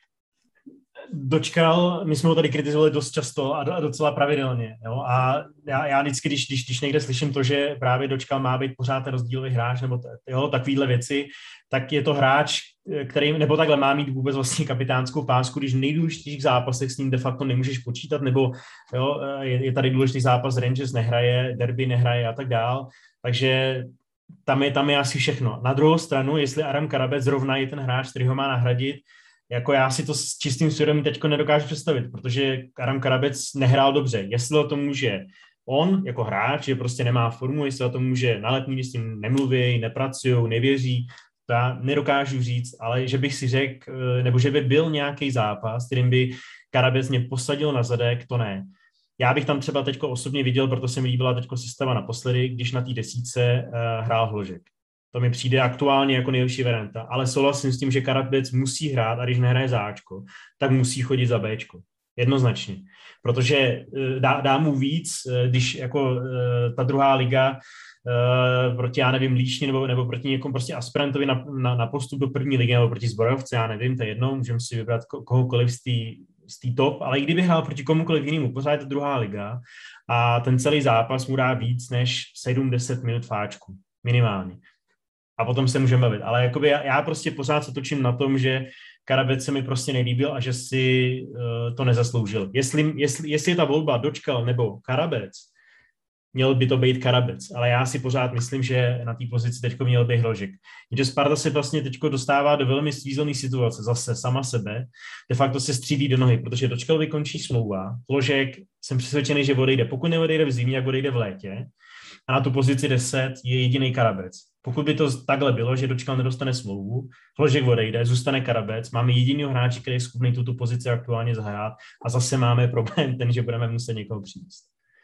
Dočkal, my jsme ho tady kritizovali dost často a docela pravidelně. Jo? A já, já vždycky, když, když, když někde slyším to, že právě Dočkal má být pořád ten rozdílový hráč nebo t, jo, takovýhle věci, tak je to hráč, který, nebo takhle má mít vůbec vlastně kapitánskou pásku, když v nejdůležitějších zápasech s ním de facto nemůžeš počítat, nebo jo, je, je tady důležitý zápas, Rangers nehraje, derby nehraje a tak dál. Takže tam je, tam je asi všechno. Na druhou stranu, jestli Adam Karabec zrovna je ten hráč, který ho má nahradit, jako já si to s čistým svědomím teďko nedokážu představit, protože Adam Karabec nehrál dobře. Jestli o tom může on jako hráč, že prostě nemá formu, jestli o tom může na letní, s tím nemluví, nepracují, nevěří, to já nedokážu říct, ale že bych si řekl, nebo že by byl nějaký zápas, kterým by Karabec mě posadil na zadek, to ne. Já bych tam třeba teďko osobně viděl, proto se mi líbila teďko sestava naposledy, když na té desítce uh, hrál Hložek. To mi přijde aktuálně jako nejlepší varianta, ale souhlasím s tím, že Karabec musí hrát a když nehraje za Ačko, tak musí chodit za Bčko. Jednoznačně. Protože dá, dá mu víc, když jako ta druhá liga proti, já nevím, Líšni nebo, nebo proti někomu prostě aspirantovi na, na, na postup do první ligy nebo proti Zbrojovce, já nevím, to je jedno, můžeme si vybrat kohokoliv z té z té top, ale i kdyby hrál proti komukoliv jinému, pořád je to druhá liga a ten celý zápas mu dá víc než sedm deset minut fáčku. Minimálně. A potom se můžeme bavit. Ale jakoby já, já prostě pořád se točím na tom, že Karabec se mi prostě nelíbil a že si uh, to nezasloužil. Jestli, jestli, jestli je ta volba Dočkal nebo Karabec, měl by to být Karabec. Ale já si pořád myslím, že na té pozici teďko měl být Hložek. Jenže Sparta se vlastně teďko dostává do velmi svízelné situace. Zase sama sebe. De facto se střílí do nohy, protože Dočkal vykončí smlouva. Hložek, jsem přesvědčený, že odejde. Pokud neodejde v zimě, jak odejde v létě. A na tu pozici deset je jediný Karabec. Pokud by to takhle bylo, že Dočkal nedostane smlouvu, Hložek odejde, zůstane Karabec, máme jedinýho hráče, který je schopný tuto pozici aktuálně zahrát a zase máme problém ten, že budeme muset někoho přijít.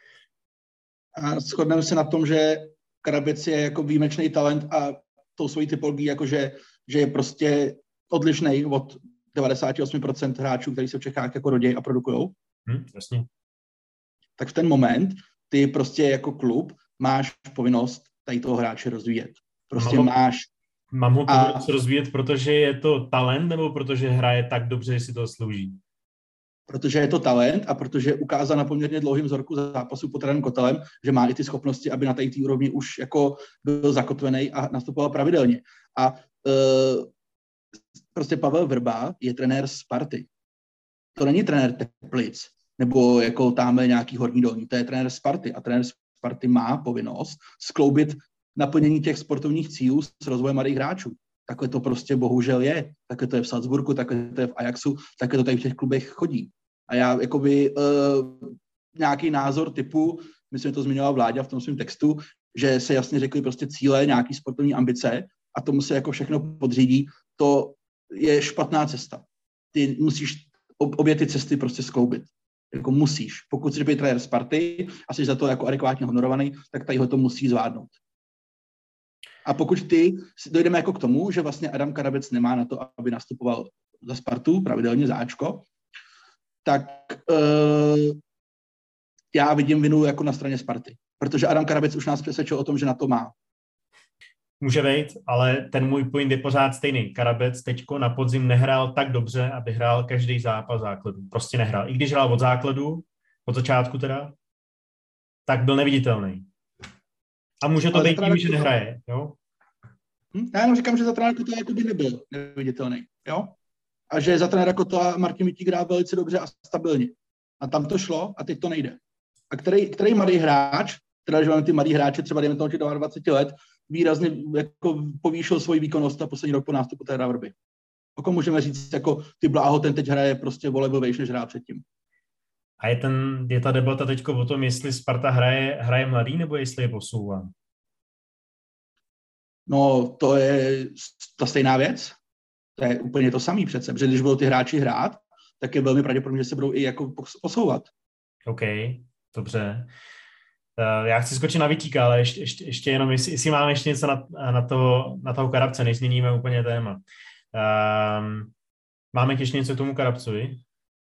A shodneme se na tom, že Karabec je jako výjimečný talent a tou svojí typologií, jakože, že je prostě odlišný od devadesát osm procent hráčů, kteří se v Čechách jako rodí a produkujou. Hm, jasně. Tak v ten moment ty prostě jako klub máš povinnost tady toho hráče rozvíjet. Prostě mám, máš... Mám ho a... rozvíjet, protože je to talent, nebo protože hraje tak dobře, že si to slouží? Protože je to talent a protože ukázal na poměrně dlouhým vzorku zápasu pod trenérem Kotelem, že má i ty schopnosti, aby na té úrovni už jako byl zakotvený a nastupoval pravidelně. A uh, prostě Pavel Vrba je trenér Sparty. To není trenér Teplic, nebo jako tamhle nějaký Horní Dolní. To je trenér Sparty a trenér Sparty má povinnost skloubit naplnění těch sportovních cílů s rozvojem mladých hráčů. Takhle to prostě bohužel je. Takhle to je v Salzburgu, takhle to je v Ajaxu, takhle to tady v těch klubech chodí. A já jakoby uh, nějaký názor typu, myslím, že to zmiňoval Vláďa v tom svém textu, že se jasně řekli prostě cíle, nějaký sportovní ambice a tomu se jako všechno podřídí, to je špatná cesta. Ty musíš obě ty cesty prostě skloubit. Jako musíš. Pokud chceš být trenér Sparty a jsi za to jako adekvátně honorovaný, tak tady ho to musí zvládnout. A pokud ty, dojdeme jako k tomu, že vlastně Adam Karabec nemá na to, aby nastupoval za Spartu, pravidelně za Ačko, tak uh, já vidím vinu jako na straně Sparty. Protože Adam Karabec už nás přesvědčil o tom, že na to má. Může být, ale ten můj point je pořád stejný. Karabec teďko na podzim nehrál tak dobře, aby hrál každý zápas základu. Prostě nehrál. I když hrál od základu, od začátku teda, tak byl neviditelný. A může to ale být tím, že nehraje, jo? Hm? Já jenom říkám, že za trenéra Kotla jakoby nebyl neviditelný, jo? A že za trenéra Kotla Martin Vítík hrál velice dobře a stabilně. A tam to šlo a teď to nejde. A který, který mladý hráč, teda, že máme ty mladý hráče, třeba dejme tomu dvacet dva let, výrazně jako povýšil svoji výkonnost na poslední rok po nástupu té Vrby. Oko můžeme říct, jako ty Bláho, ten teď hraje prostě volejbal vejš, než hrál předtím. A je, ten, je ta debata teďko o tom, jestli Sparta hraje, hraje mladý, nebo jestli je posouvá? No, to je ta stejná věc. To je úplně to samý přece, protože když budou ty hráči hrát, tak je velmi pravděpodobné, že se budou i jako posouvat. OK, dobře. Uh, já chci skočit na Vítíka, ale ještě, ještě, ještě jenom, jestli, jestli máme ještě něco na, na, toho, na toho Karabce, než změníme úplně téma. Um, máme ještě něco k tomu Karabcovi?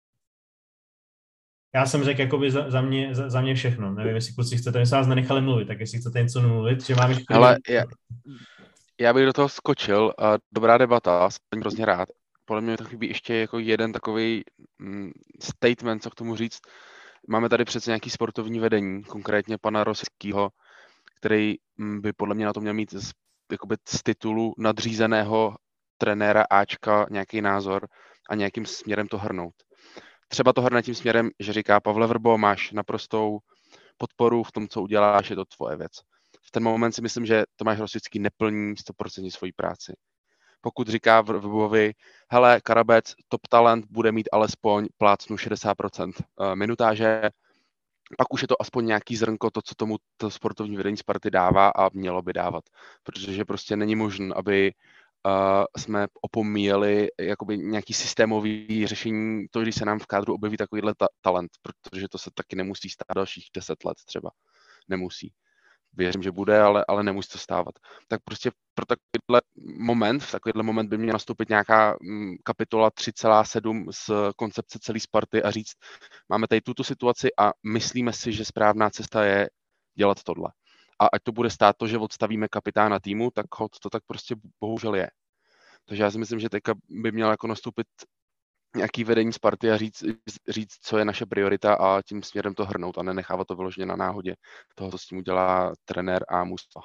Já jsem řekl jakoby za, za, mě, za, za mě všechno. Nevím, jestli kluci chcete, my se vás nenechali mluvit, tak jestli chcete něco mluvit, že máme... Ale já, já bych do toho skočil. Uh, dobrá debata, jsem hrozně rád. Podle mě to chybí ještě jako jeden takový mm, statement, co k tomu říct. Máme tady přece nějaký sportovní vedení, konkrétně pana Rosického, který by podle mě na to měl mít z, jakoby z titulu nadřízeného trenéra Ačka nějaký názor a nějakým směrem to hrnout. Třeba to hrne tím směrem, že říká: Pavle Vrbo, máš naprostou podporu v tom, co uděláš, je to tvoje věc. V ten moment si myslím, že Tomáš Rosický neplní sto procent svoji práci. Pokud říká Vrbovi: hele, Karabec, top talent, bude mít alespoň plácnu šedesát procent minutáže, pak už je to aspoň nějaký zrnko, to, co tomu to sportovní vedení Sparty dává a mělo by dávat. Protože prostě není možné, aby uh, jsme opomíjeli jakoby nějaký systémový řešení, to, když se nám v kádru objeví takovýhle ta- talent, protože to se taky nemusí stát dalších deset let třeba. Nemusí. Věřím, že bude, ale, ale nemusí to stávat. Tak prostě pro takovýhle moment, v takovýhle moment by měla nastoupit nějaká mm, kapitola tři celá sedm z koncepce celé Sparty a říct: máme tady tuto situaci a myslíme si, že správná cesta je dělat tohle. A ať to bude stát to, že odstavíme kapitána týmu, tak hod to tak prostě bohužel je. Takže já si myslím, že teďka by měla jako nastoupit nějaký vedení Sparty a říct, říct, co je naše priorita a tím směrem to hrnout a nenechávat to vyloženě na náhodě toho, co s tím udělá trenér a mužstva.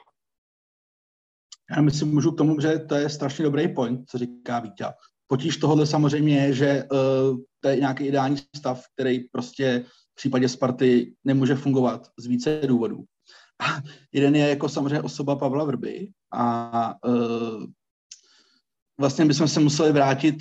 Já myslím, můžu k tomu, že to je strašně dobrý point, co říká Vítě. Potíž tohohle samozřejmě je, že uh, to je nějaký ideální stav, který prostě v případě Sparty nemůže fungovat z více důvodů. A jeden je jako samozřejmě osoba Pavla Vrby a uh, vlastně bychom se museli vrátit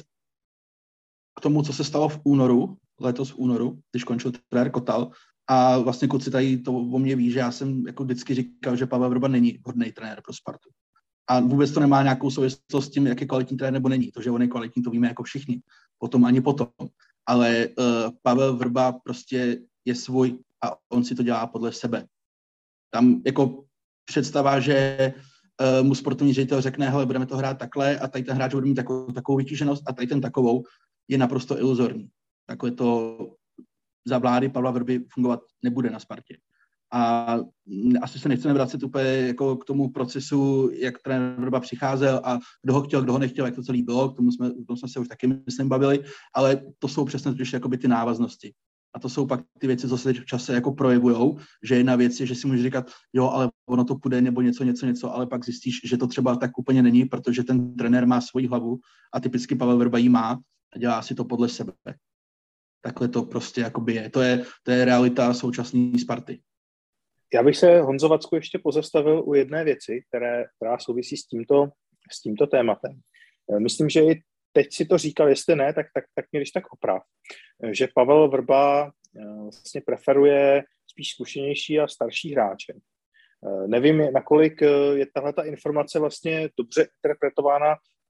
k tomu, co se stalo v únoru, letos v únoru, když končil trenér Kotal. A vlastně kluci tady to o mě ví, že já jsem jako vždycky říkal, že Pavel Vrba není hodný trenér pro Spartu. A vůbec to nemá nějakou souvislost s tím, jak je kvalitní trenér nebo není. To, že on je kvalitní, to víme jako všichni. Potom ani potom. Ale uh, Pavel Vrba prostě je svůj a on si to dělá podle sebe. Tam jako představa, že uh, mu sportovní ředitel řekne: hele, budeme to hrát takhle a tady ten hráč bude mít takovou, takovou vytíženost a tady ten takovou, je naprosto iluzorní. Takové to za vlády Pavla Vrby fungovat nebude na Spartě. A asi se nechceme vracet úplně jako k tomu procesu, jak trenér Vrba přicházel a kdo ho chtěl, kdo ho nechtěl, jak to celý bylo, k tomu jsme, k tomu jsme se už taky, myslím, bavili, ale to jsou přesně totiž jakoby ty návaznosti. A to jsou pak ty věci, co se teď v čase jako projevujou, že jedna věc je, že si můžeš říkat: jo, ale ono to půjde, nebo něco, něco, něco, ale pak zjistíš, že to třeba tak úplně není, protože ten trenér má svoji hlavu a typicky Pavel Vrba ji má a dělá si to podle sebe. Takhle to prostě jakoby je. To je, to je realita současné Sparty. Já bych se, Honzo Vacku, ještě pozastavil u jedné věci, které, která souvisí s tímto, s tímto tématem. Myslím, že i teď si to říkal, jestli ne, tak, tak, tak mě když tak oprav. Že Pavel Vrba vlastně preferuje spíš zkušenější a starší hráče. Nevím, nakolik je tahle ta informace vlastně dobře interpretována v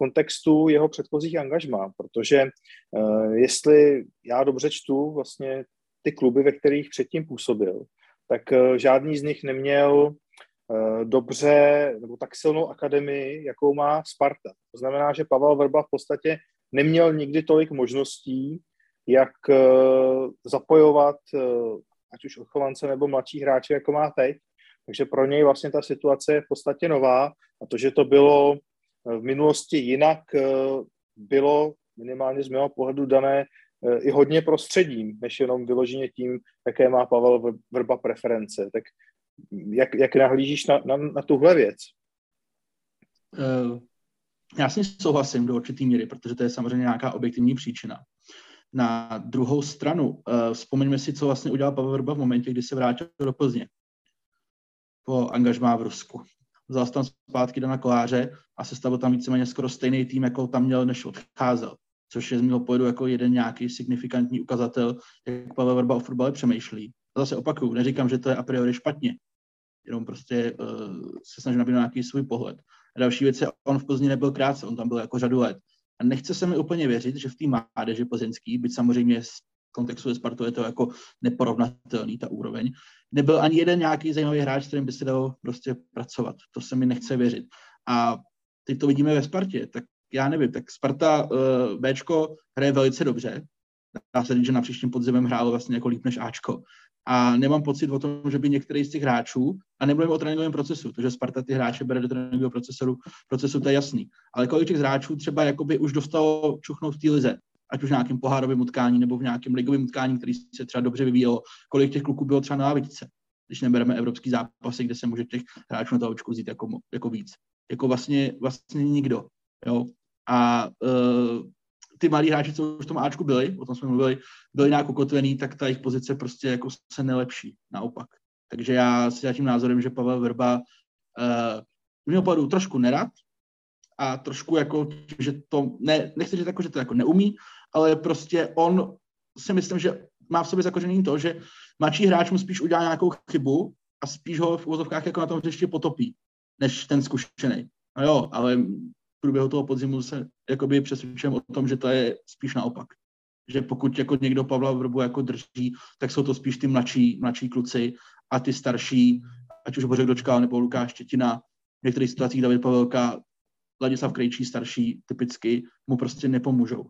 kontextu jeho předchozích angažmá, protože uh, jestli já dobře čtu vlastně ty kluby, ve kterých předtím působil, tak uh, žádný z nich neměl uh, dobře nebo tak silnou akademii, jakou má Sparta. To znamená, že Pavel Vrba v podstatě neměl nikdy tolik možností, jak uh, zapojovat uh, ať už odchovance nebo mladší hráče, jako má teď. Takže pro něj vlastně ta situace je v podstatě nová a to, že to bylo v minulosti jinak, bylo minimálně z mého pohledu dané i hodně prostředím, než jenom vyloženě tím, jaké má Pavel Vrba preference. Tak jak, jak nahlížíš na, na, na tuhle věc? Já s ní souhlasím do určitý míry, protože to je samozřejmě nějaká objektivní příčina. Na druhou stranu, vzpomeňme si, co vlastně udělal Pavel Vrba v momentě, kdy se vrátil do Plzně po angažmá v Rusku. Vzal tam zpátky Dana Koláře a sestavil tam víceméně skoro stejný tým, jako tam měl, než odcházel. Což je z mého pohledu jako jeden nějaký signifikantní ukazatel, jak Pavel Vrba o fotbale přemýšlí. A zase opakuju, neříkám, že to je a priori špatně. Jenom prostě uh, se snažím nabídnout nějaký svůj pohled. A další věc je, on v Plzni nebyl krátce, on tam byl jako řadu let. A nechce se mi úplně věřit, že v té mládeži plzeňský, byť samozřejmě z kontextu ve Spartu je to jako neporovnatelný, ta úroveň, nebyl ani jeden nějaký zajímavý hráč, s kterým by se dalo prostě pracovat. To se mi nechce věřit. A teď to vidíme ve Spartě, tak já nevím, tak Sparta uh, Bčko hraje velice dobře. Dá se říct, že na příštím podzimem hrálo vlastně jako líp než Ačko. A nemám pocit o tom, že by některý z těch hráčů, a nemluvím o tréninkovém procesu, protože Sparta ty hráče bere do tréninkového procesu, procesu, to je jasný. Ale kolik těch hráčů třeba jakoby už dostalo čuchnout v té lize, ať už v nějakém pohárovém utkání nebo v nějakém ligovém utkání, který se třeba dobře vyvíjelo, kolik těch kluků bylo třeba na lavičce, když nebereme evropský zápasy, kde se může těch hráčů na toho očku vzít jako, jako víc. Jako vlastně, vlastně nikdo. Jo? A uh, ty malí hráči, co už v tom Ačku byli, o tom jsme mluvili, byli nějak ukotvený, tak ta jejich pozice prostě jako se nelepší, naopak. Takže já si já tím názorem, že Pavel Vrba uh, měl pohledu trošku nerad a trošku jako, že to, ne, nechci říct jako, že to jako neumí, ale prostě on si myslím, že má v sobě zakořenění to, že mladší hráč mu spíš udělá nějakou chybu a spíš ho v úvozovkách jako na tom hřišti potopí, než ten zkušený. No jo, ale v průběhu toho podzimu se jakoby přesvědčujem o tom, že to je spíš naopak. Že pokud jako někdo Pavla Vrbu jako drží, tak jsou to spíš ty mladší, mladší kluci a ty starší, ať už Bořek Dočkal nebo Lukáš Štětina, v některých situacích David Pavelka, Ladislav Krejčí, starší, typicky, mu prostě nepomůžou.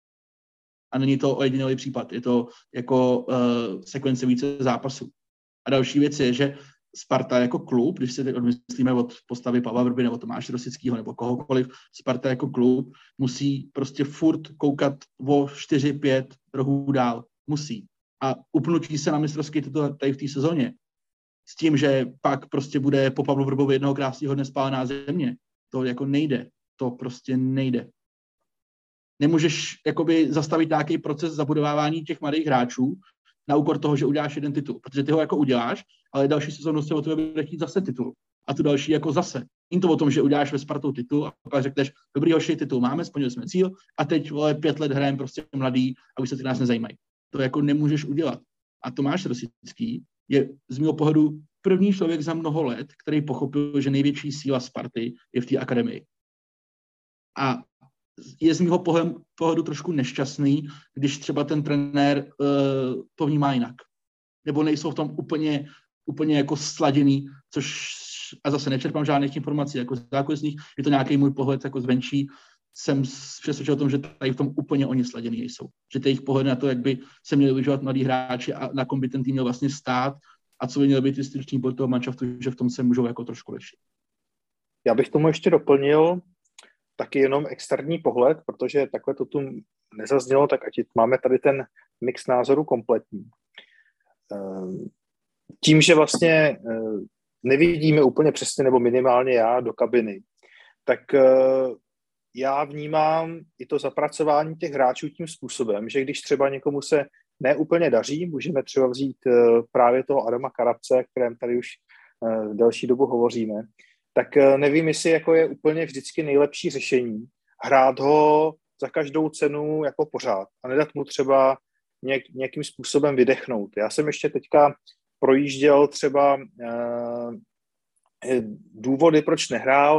A není to ojedinělý případ, je to jako uh, sekvence více zápasů. A další věc je, že Sparta jako klub, když si teď odmyslíme od postavy Pavla Vrby nebo Tomáše Rosického nebo kohokoliv, Sparta jako klub musí prostě furt koukat o čtyři pět rohů dál. Musí. A upnutí se na mistrovský titul tady v té sezóně s tím, že pak prostě bude po Pavlu Vrbovi jednoho krásného dne spálená země, to jako nejde. To prostě nejde. Nemůžeš jakoby zastavit nějaký proces zabudovávání těch mladých hráčů na úkor toho, že uděláš jeden titul. Protože ty ho jako uděláš, ale další sezónu se o tebe bude chtít zase titul. A tu další jako zase. Není to o tom, že uděláš ve Spartou titul a pak řekneš, dobrý hoši, titul máme, splnili jsme cíl a teď vole, pět let hrajeme prostě mladý a už se ty nás nezajímají. To jako nemůžeš udělat. A Tomáš Rosický je z mého pohledu první člověk za mnoho let, který pochopil, že největší síla Sparty je v té akademii. A je z mého pohledu, pohledu trošku nešťastný, když třeba ten trenér uh, to vnímá jinak. Nebo nejsou v tom úplně, úplně jako sladěný, což a zase nečerpám žádných informací jako zákulisních, je to nějaký můj pohled jako zvenčí, jsem přesvědčil o tom, že tady v tom úplně oni sladěný nejsou. Že ty jejich pohled na to, jak by se měli využívat mladí hráči a na kom by ten tým měl vlastně stát a co by měl být ty styční bod toho manšaftu, že v tom se můžou jako trošku lišit. Já bych tomu ještě doplnil taky jenom externí pohled, protože takhle to tu nezaznělo, tak ať máme tady ten mix názorů kompletní. Tím, že vlastně nevidíme úplně přesně, nebo minimálně já, do kabiny, tak já vnímám i to zapracování těch hráčů tím způsobem, že když třeba někomu se neúplně daří, můžeme třeba vzít právě toho Adama Karabce, o kterém tady už delší dobu hovoříme, tak nevím, jestli jako je úplně vždycky nejlepší řešení hrát ho za každou cenu jako pořád a nedat mu třeba něk, nějakým způsobem vydechnout. Já jsem ještě teďka projížděl třeba eh, důvody, proč nehrál.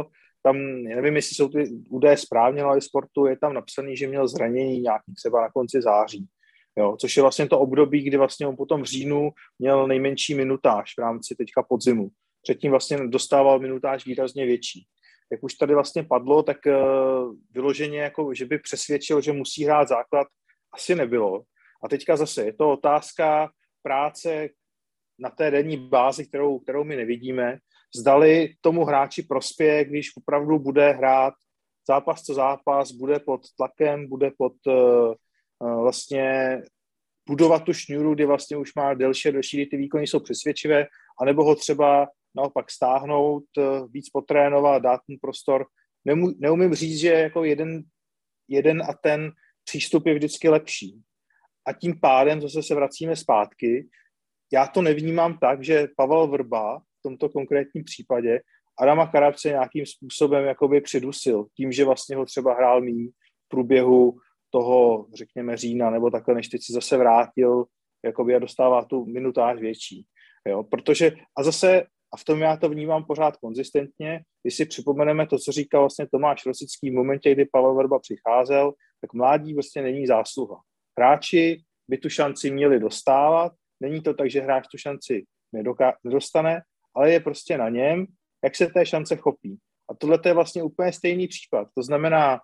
tam, nevím, jestli jsou ty údaje správně, ale sportu je tam napsaný, že měl zranění nějaký třeba na konci září. Jo, což je vlastně to období, kdy vlastně on potom v říjnu měl nejmenší minutáž v rámci teďka podzimu. Předtím vlastně dostával minutáž výrazně větší. Jak už tady vlastně padlo, tak uh, vyloženě, jako, že by přesvědčil, že musí hrát základ, asi nebylo. A teďka zase je to otázka práce na té denní bázi, kterou, kterou my nevidíme. Zdali tomu hráči prospěje, když opravdu bude hrát zápas co zápas, bude pod tlakem, bude pod uh, uh, vlastně budovat tu šňůru, kdy vlastně už má delší a delší, kdy ty výkony jsou přesvědčivé, anebo ho třeba naopak stáhnout, uh, víc potrénovat, dát mu prostor. Nemu, neumím říct, že jako jeden, jeden a ten přístup je vždycky lepší. A tím pádem zase se vracíme zpátky. Já to nevnímám tak, že Pavel Vrba v tomto konkrétním případě Adama Karabce nějakým způsobem jakoby přidusil. Tím, že vlastně ho třeba hrál míň v průběhu toho, řekněme, října, nebo takhle, než teď si zase vrátil jakoby a dostává tu minutáž větší. Jo? Protože, a zase, a v tom já to vnímám pořád konzistentně, když si připomeneme to, co říkal vlastně Tomáš Rosický v momentě, kdy Pavel Vrba přicházel, tak mládí vlastně není zásluha. Hráči by tu šanci měli dostávat, není to tak, že hráč tu šanci nedoká- nedostane, ale je prostě na něm, jak se té šance chopí. A tohle je vlastně úplně stejný případ. To znamená,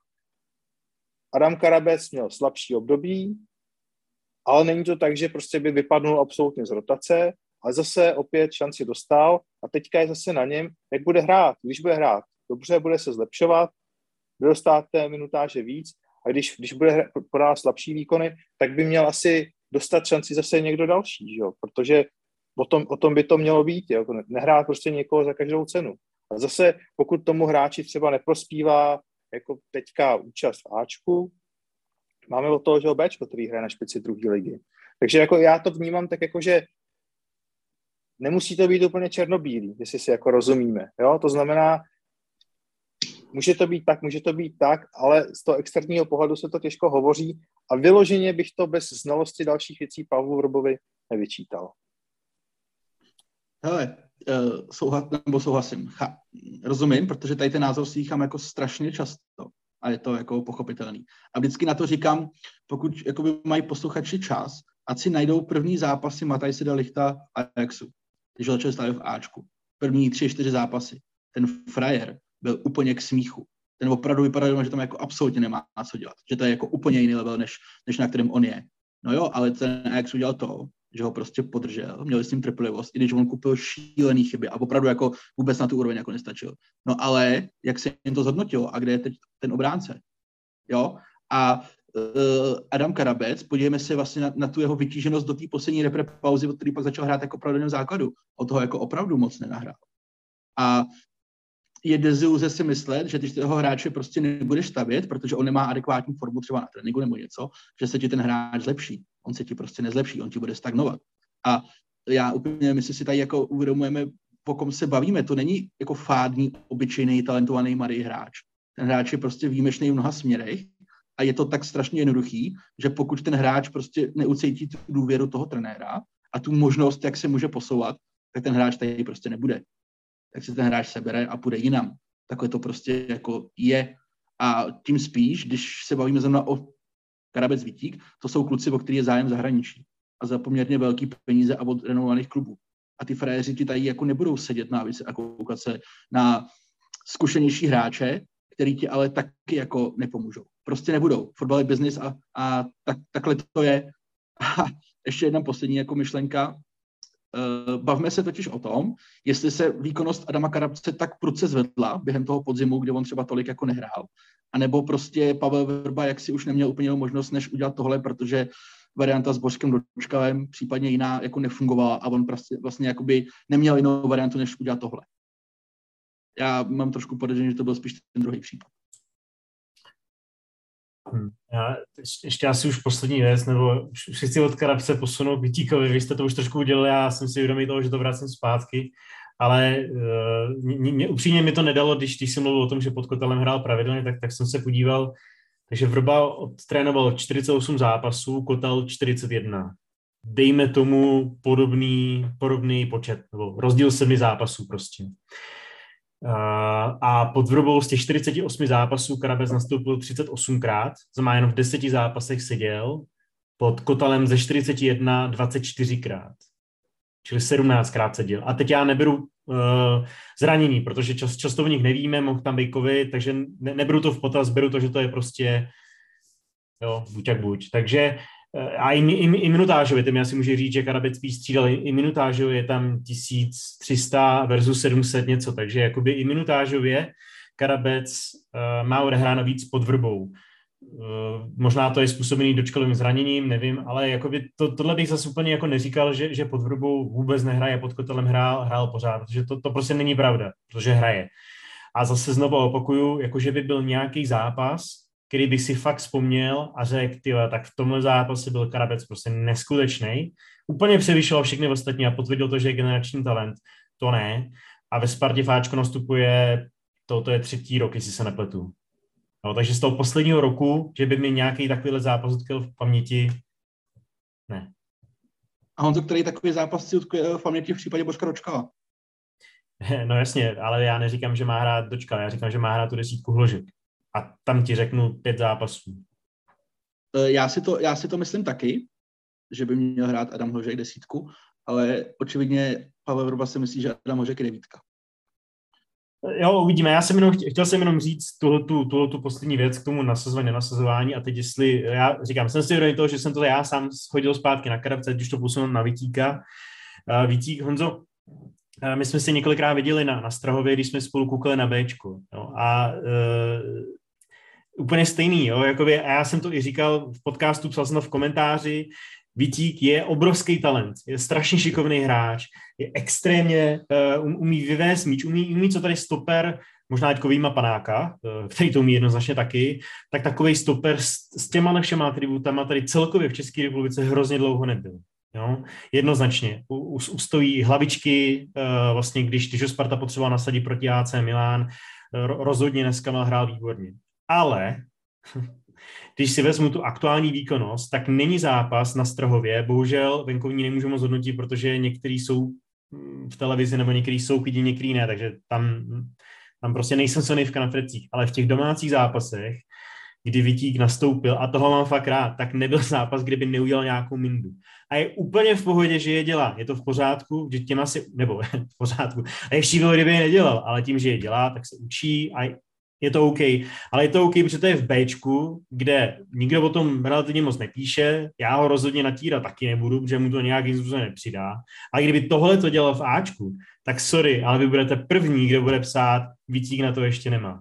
Adam Karabec měl slabší období, ale není to tak, že prostě by vypadnul absolutně z rotace, ale zase opět šanci dostal a teďka je zase na něm, jak bude hrát. Když bude hrát dobře, bude se zlepšovat, bude dostat té minutáže víc a když, když bude podávat slabší výkony, tak by měl asi dostat šanci zase někdo další, že jo? Protože o tom, o tom by to mělo být, jo? Nehrát prostě někoho za každou cenu. A zase, pokud tomu hráči třeba neprospívá jako teďka účast v Ačku, máme od toho, že ho Bčko, který hraje na špici druhé ligy. Takže jako já to vnímám tak jako, že nemusí to být úplně černobílý, jestli si jako rozumíme. Jo? To znamená, může to být tak, může to být tak, ale z toho externího pohledu se to těžko hovoří a vyloženě bych to bez znalosti dalších věcí Pavlu Vrbovi nevyčítal. Hele, uh, souhlas, nebo souhlasím, Cha, rozumím, protože tady ten názor slýchám jako strašně často a je to jako pochopitelný. A vždycky na to říkám, pokud jakoby mají posluchači čas, ať si najdou první zápasy Matthijse de Lichta a Ajaxu, když začali stavět v Ačku. První tři, čtyři zápasy. Ten frajer byl úplně k smíchu. Ten opravdu vypadal, že tam jako absolutně nemá co dělat. Že to je jako úplně jiný level, než, než na kterém on je. No jo, ale ten Ajax udělal to, že ho prostě podržel, měl s tím trpělivost, i když on kupil šílený chyby a opravdu jako vůbec na tu úroveň jako nestačil. No ale jak se jim to zhodnotilo a kde je teď ten obránce? Jo? A uh, Adam Karabec, podívejme se vlastně na, na tu jeho vytíženost do té poslední repre pauzy, od který pak začal hrát jako opravdu základu. Od toho jako opravdu moc nenahrál. A je deziluze si myslet, že když toho hráče prostě nebudeš stavět, protože on nemá adekvátní formu třeba na tréninku nebo něco, že se ti ten hráč zlepší. On se ti prostě nezlepší, on ti bude stagnovat. A já úplně, my si tady jako uvědomujeme, po kom se bavíme. To není jako fádní, obyčejný, talentovaný mladý hráč. Ten hráč je prostě výjimečný v mnoha směrech a je to tak strašně jednoduchý, že pokud ten hráč prostě neucítí tu důvěru toho trenéra a tu možnost, jak se může posouvat, tak ten hráč tady prostě nebude. Tak se ten hráč sebere a půjde jinam. Takhle to prostě jako je. A tím spíš, když se bavíme zrovna o Karabec Vítík, to jsou kluci, o který je zájem zahraničí. A za poměrně velký peníze a od renomovaných klubů. A ty frajeři ti tady jako nebudou sedět na lavici a koukat se na zkušenější hráče, který ti ale taky jako nepomůžou. Prostě nebudou. Fotbal je business a, a tak, takhle to je. A ještě jedna poslední jako myšlenka. Bavme se totiž o tom, jestli se výkonnost Adama Karabce tak prudce zvedla během toho podzimu, kde on třeba tolik jako nehrál, anebo prostě Pavel Vrba jak si už neměl úplně možnost, než udělat tohle, protože varianta s Bořkem Dočkalem, případně jiná, jako nefungovala a on prostě vlastně jakoby neměl jinou variantu, než udělat tohle. Já mám trošku podezření, že to byl spíš ten druhý případ. Hmm. Já ještě asi už poslední věc, nebo už, už si chci od Karabce posunout k Vítíkovi, vy jste to už trošku udělali, já jsem si vědomý toho, že to vracím zpátky, ale uh, mě, mě, upřímně mi to nedalo, když, když jsem mluvil o tom, že pod Kotelem hrál pravidelně, tak, tak jsem se podíval, takže Vrba odtrénoval čtyřicet osm zápasů, Kotel čtyřicet jedna. Dejme tomu podobný, podobný počet, nebo rozdíl sedmi zápasů prostě. a pod Vrbou z těch čtyřicet osm zápasů Karabec nastoupil třicet osmkrát, znamená jenom v deseti zápasech seděl, pod Kotalem ze čtyřicet jedna dvacet čtyřikrát, čili sedmnáctkrát seděl. A teď já neberu uh, zranění, protože čas, často v nich nevíme, mohl tam být covid, takže ne, neberu to v potaz, beru to, že to je prostě jo, buď jak buď. Takže a i, i, i minutážově, tím já si můžu říct, že Karabec spíš střídal, i minutážově je tam tisíc tři sta versus sedm set něco, takže jakoby i minutážově Karabec uh, má odehráno víc pod Vrbou. Uh, možná to je způsobený dočkalovým zraněním, nevím, ale jakoby to, tohle bych zase úplně jako neříkal, že, že pod Vrbou vůbec nehraje, pod Kotelem hrál, hrál pořád, protože to, to prostě není pravda, protože hraje. A zase znovu opakuju, jakože by byl nějaký zápas, který bych si fakt vzpomněl a řekl, tyhle, tak v tomhle zápase byl Karabec prostě neskutečný. Úplně převyšoval všechny ostatní a potvrdil to, že je generační talent. To ne. A ve Spartě Fáčko nastupuje, to, to je třetí rok, jestli se nepletu. No, takže z toho posledního roku, že by mi nějaký takovýhle zápas utkvěl v paměti, ne. A Honzo, který takový zápas si utkvěl v paměti v případě Božka Dočkala? No jasně, ale já neříkám, že má hrát Dočkala, já říkám, že má hrát tu desítku Hložek. A tam ti řeknu pět zápasů. Já si to, já si to myslím taky, že by měl hrát Adam Hložek desítku, ale očividně Pavel Vrba si myslí, že Adam Hložek je devítka. Jo, uvidíme. Já jsem jenom chtěl, chtěl jsem jenom říct tuhletu, tuhletu poslední věc k tomu nasazování, nenasazování a teď jestli, já říkám, jsem si vědomý toho, že jsem to já sám schodil zpátky na Karabce, když to posunu na Vítíka. Vítík, Honzo, my jsme si několikrát viděli na, na Strahově, když jsme spolu koukali na Béčku. Jo, a uh, úplně stejný, jo, jakoby, a já jsem to i říkal v podcastu, psal jsem to v komentáři, Vítík je obrovský talent, je strašně šikovný hráč, je extrémně, uh, umí vyvést míč, umí, umí co tady stoper, možná teďko vyjma Panáka, uh, který to umí jednoznačně taky, tak takovej stoper s, s těma všema atributama tady celkově v České republice hrozně dlouho nebyl. Jo? Jednoznačně. U, u, ustojí hlavičky, uh, vlastně když, když ho Sparta potřebovala nasadit proti A C Milan, ro, rozhodně dneska mal hrál výborně. Ale když si vezmu tu aktuální výkonnost, tak není zápas na Strahově, bohužel venkovní nemůžu moc hodnotit, protože některý jsou v televizi nebo některý jsou chodí, některý ne, takže tam, tam prostě nejsem sonivka na frecích, ale v těch domácích zápasech, kdy Vítík nastoupil, a toho mám fakt rád, tak nebyl zápas, kdyby neudělal nějakou mindu. A je úplně v pohodě, že je dělá. Je to v pořádku, že těm asi, nebo v pořádku. A ještě bylo, kdyby je nedělal, ale tím, že je dělá, tak se učí a je to OK. Ale je to OK, protože to je v Bčku, kde nikdo o tom relativně moc nepíše, já ho rozhodně natírat taky nebudu, protože mu to nějakým způsobem nepřidá. A kdyby tohle to dělal v Ačku, tak sorry, ale vy budete první, kdo bude psát, Vítík na to ještě nemá.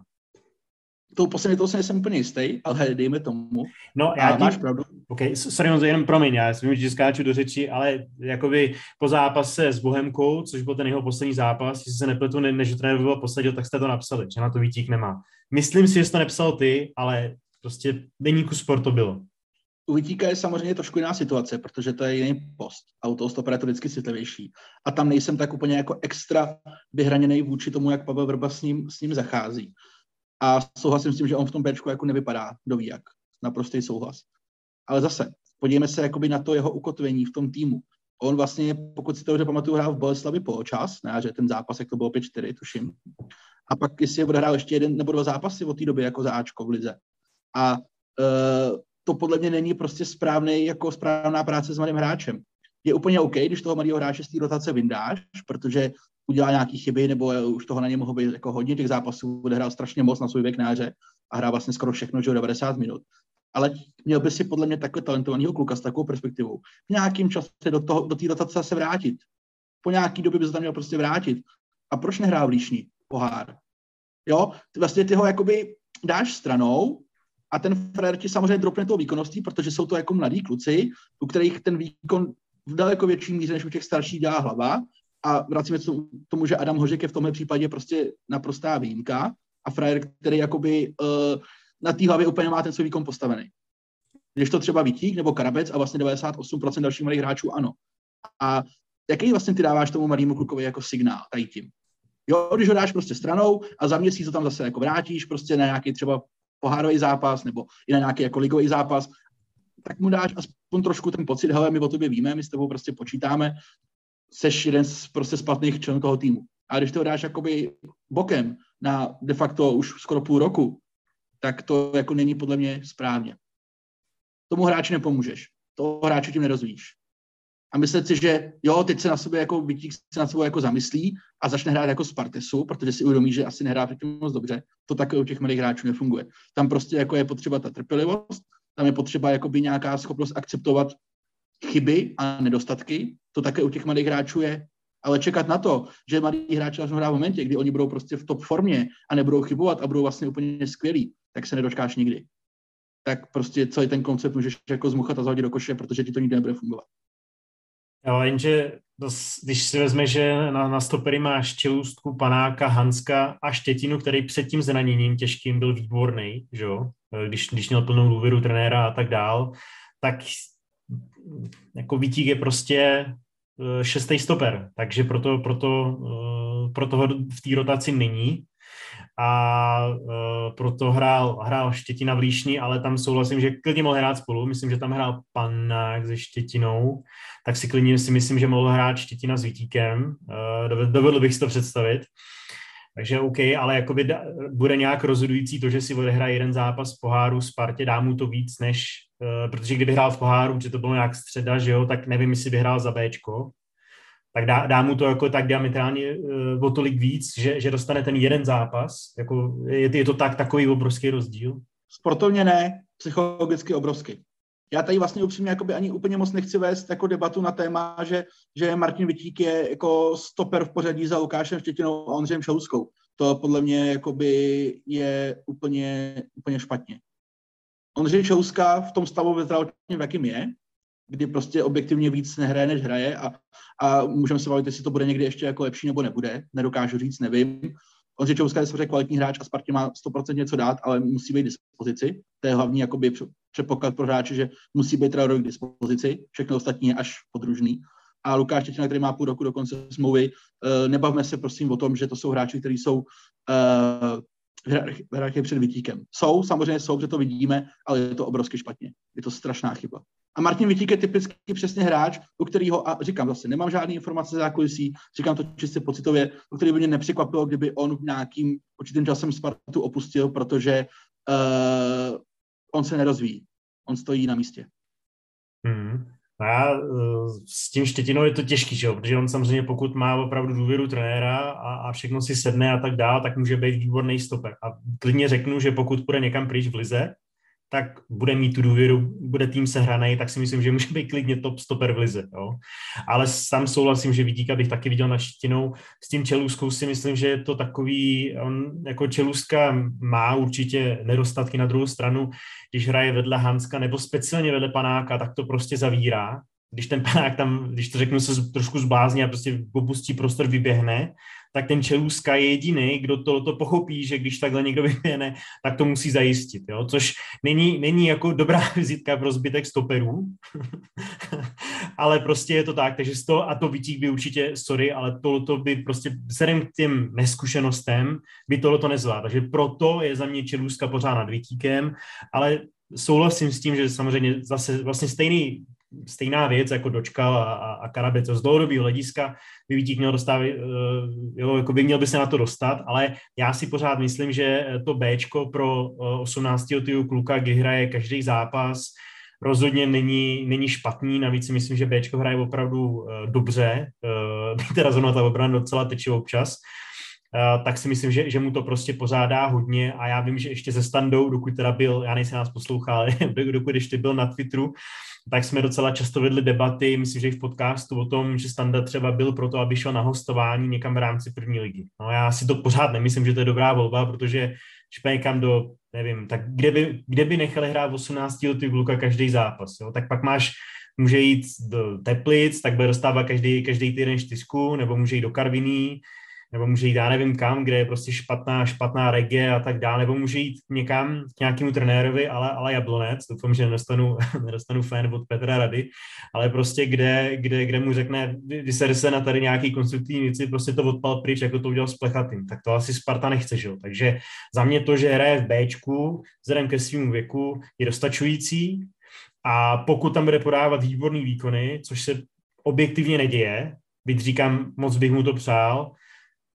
Tou poslední toho se nejsem úplně jistý, ale dejme tomu. No, já tím, máš pravdu. OK, sorry, jenom promiň, já si myslím, že skáču do řeči, ale jakoby po zápase s Bohemkou, což byl ten jeho poslední zápas, jestli se nepletu, ne, než trenér byl posadil, tak jste to napsali, že na to Vítík nemá. Myslím si, že jsi to nepsal ty, ale prostě deníku Sport to bylo. U Vítíka je samozřejmě trošku jiná situace, protože to je jiný post a u toho stopera je to vždycky citlivější. A tam nejsem tak úplně jako extra vyhraněný vůči tomu, jak Pavel Vrba s ním, s ním zachází. A souhlasím s tím, že on v tom Bčku jako nevypadá, kdo ví jak. Naprostý souhlas. Ale zase, podívejme se jakoby na to jeho ukotvení v tom týmu. On vlastně, pokud si to dobře pamatuju, hrál v Boleslavi poločas, ne, že ten zápas, jak to bylo pět čtyři, tuším. A pak jestli odehrál ještě jeden nebo dva zápasy od té doby jako za Ačko v lize. A uh, to podle mě není prostě správný, jako správná práce s mladým hráčem. Je úplně OK, když toho mladého hráče z té rotace vyndáš, protože udělá nějaký chyby, nebo už toho na ně mohlo být jako hodně těch zápasů, odehrál strašně moc na svůj věk na jaře a hrál vlastně skoro všechno, že devadesát minut. Ale měl by si podle mě takhle talentovaného kluka s takovou perspektivou v nějakým čase do toho, do té rotace se vrátit. Po nějaký době by se tam měl prostě vrátit. A proč nehrál v Líšni pohár? Jo, ty vlastně ty ho jakoby dáš stranou a ten frajer ti samozřejmě dropne tou výkonností, protože jsou to jako mladí kluci, u kterých ten výkon v daleko větší míře než u těch starších dělá hlava. A vracíme se k tomu, že Adam Hložek je v tomhle případě prostě naprostá výjimka a frajer, který jakoby uh, na té hlavě úplně má ten svůj výkon postavený. Když to třeba Vítík nebo Karabec a vlastně devadesát osm procent dalších malých hráčů, ano. A jaký vlastně ty dáváš tomu mladému klukovi jako signál tady tím? Jo, když ho dáš prostě stranou a za měsíc to tam zase jako vrátíš prostě na nějaký třeba pohárový zápas nebo i na nějaký jako ligový zápas, tak mu dáš aspoň trošku ten pocit, hele, my o tobě víme, my s tebou prostě počítáme, seš jeden z prostě splatných členů toho týmu. A když to dáš jakoby bokem na de facto už skoro půl roku, tak to jako není podle mě správně. Tomu hráči nepomůžeš. Toho hráče tím nerozvíjíš. A myslet si, že jo, teď se na sebe jako Vítík se na sebe jako zamyslí a začne hrát jako Spartesu, protože si uvědomí, že asi nehrá předtím moc dobře. To také u těch mladých hráčů nefunguje. Tam prostě jako je potřeba ta trpělivost, tam je potřeba jakoby nějaká schopnost akceptovat chyby a nedostatky. To také u těch mladých hráčů je. Ale čekat na to, že mladí hráči začnou hrát v momentě, kdy oni budou prostě v top formě a nebudou chybovat a budou vlastně úplně skvělí, tak se nedočkáš nikdy. Tak prostě celý ten koncept můžeš jako zmuchat a zahodit do koše, protože ti to nikdy nebude fungovat. Jo, jenže když si vezme, že na, na stopery máš Čelůstku, Panáka, Hanska a Štětinu, který před tím zraněním těžkým byl výborný, že jo? Když, když měl plnou důvěru trenéra a tak dál, tak jako Vítík je prostě šestý stoper, takže proto, proto, proto ho v té rotaci není. A uh, proto hrál, hrál Štětina v Líšni, ale tam souhlasím, že klidně mohl hrát spolu. Myslím, že tam hrál Panák se Štětinou, tak si klidně si myslím, že mohl hrát Štětina s Vítíkem. Uh, dovedl bych si to představit. Takže OK, ale jakoby da, bude nějak rozhodující to, že si odehraje jeden zápas v poháru Spartě, dá mu to víc, než, uh, protože kdyby hrál v poháru, že to bylo nějak středa, že jo, tak nevím, jestli by hrál za Béčko. Tak dá, dá mu to jako tak diametrálně uh, o tolik víc, že, že dostane ten jeden zápas. Jako je, je to tak takový obrovský rozdíl? Sportovně ne, psychologicky obrovský. Já tady vlastně upřímně jakoby ani úplně moc nechci vést jako debatu na téma, že, že Martin Vítík je jako stoper v pořadí za Lukášem Štětinou a Ondřejem Čelouskou. To podle mě jakoby je úplně, úplně špatně. Ondřej Čelouska v tom stavu zdravotně, v jakým je, kdy prostě objektivně víc nehraje, než hraje a, a můžeme se bavit, jestli to bude někdy ještě jako lepší nebo nebude. Nedokážu říct, nevím. Ondřej Čelouska je samozřejmě kvalitní hráč a Spartě má sto procent něco dát, ale musí být k dispozici. To je hlavní jakoby předpoklad pro hráče, že musí být Traoré k dispozici. Všechno ostatní je až podružný. A Lukáš Štětina, který má půl roku do konce smlouvy, nebavme se prosím o tom, že to jsou hráči, kteří jsou v hráči před Vítíkem. Jsou, samozřejmě jsou, že to vidíme, ale je to obrovsky špatně. Je to strašná chyba. A Martin Vítík je typicky přesně hráč, u kterého, a říkám zase, nemám žádné informace zákulisí, říkám to čistě pocitově, u kterého by mě nepřekvapilo, kdyby on v nějakým určitým časem Spartu opustil, protože uh, on se nerozvíjí. On stojí na místě. Hmm. A já s tím Štětinou je to těžký, že jo? Protože on samozřejmě, pokud má opravdu důvěru trenéra a, a všechno si sedne a tak dál, tak může být výborný stoper. A klidně řeknu, že pokud půjde někam pryč v lize, tak bude mít tu důvěru, bude tým sehranej, tak si myslím, že může být klidně top stoper v lize. Jo? Ale sám souhlasím, že Vítíka bych taky viděl na Štětinou. S tím Čelůskou si myslím, že je to takový, on jako Čelůstka má určitě nedostatky na druhou stranu, když hraje vedle Hanska nebo speciálně vedle Panáka, tak to prostě zavírá. Když ten Panák tam, když to řeknu, se trošku zblázní a prostě opustí prostor, vyběhne, tak ten Čelůstka je jediný, kdo to, to pochopí, že když takhle někdo vyběhne, tak to musí zajistit, jo? Což není, není jako dobrá vizitka pro zbytek stoperů, ale prostě je to tak, takže z toho, a to Vítík by určitě, sorry, ale tohleto by prostě vzhledem k těm neskušenostem by tohleto nezvládl, takže proto je za mě Čelůstka pořád nad Vítíkem, ale souhlasím s tím, že samozřejmě zase vlastně stejný stejná věc jako Dočkal a, a, a Karabec. Z dlouhodobého hlediska by Vítík měl dostávat, jo, jako by měl by se na to dostat, ale já si pořád myslím, že to Béčko pro osmnáctiletého kluka, kdy hraje každý zápas, rozhodně není, není špatný, navíc si myslím, že Béčko hraje opravdu dobře, teda zrovna ta obrana docela teče občas, tak si myslím, že, že mu to prostě pořádá hodně a já vím, že ještě se Standou, dokud teda byl, já nejsem nás poslouchal, ale dokud ještě byl na Twitteru, tak jsme docela často vedli debaty, myslím, že i v podcastu o tom, že Standa třeba byl proto, aby šel na hostování někam v rámci první ligy. No já si to pořád nemyslím, že to je dobrá volba, protože špe někam do, nevím, tak kde by, kde by nechali hrát osmnáctiletý kluka každý zápas, jo? Tak pak máš, může jít do Teplic, tak bude dostávat každý, každý týden čtyřku, nebo může jít do Karviní, nebo může jít, já nevím kam, kde je prostě špatná, špatná regie a tak dále, nebo může jít někam k nějakému trenérovi, ale, ale Jablonec, doufám, že nedostanu, nedostanu fan od Petra Rady, ale prostě kde, kde, kde mu řekne, vyser se na tady nějaký konstruktivní věci, prostě to odpal pryč, jako to udělal s Plechatým, tak to asi Sparta nechce, že jo, takže za mě to, že hraje v Béčku, vzhledem ke svému věku, je dostačující a pokud tam bude podávat výborný výkony, což se objektivně neděje, byť říkám, moc bych mu to přál,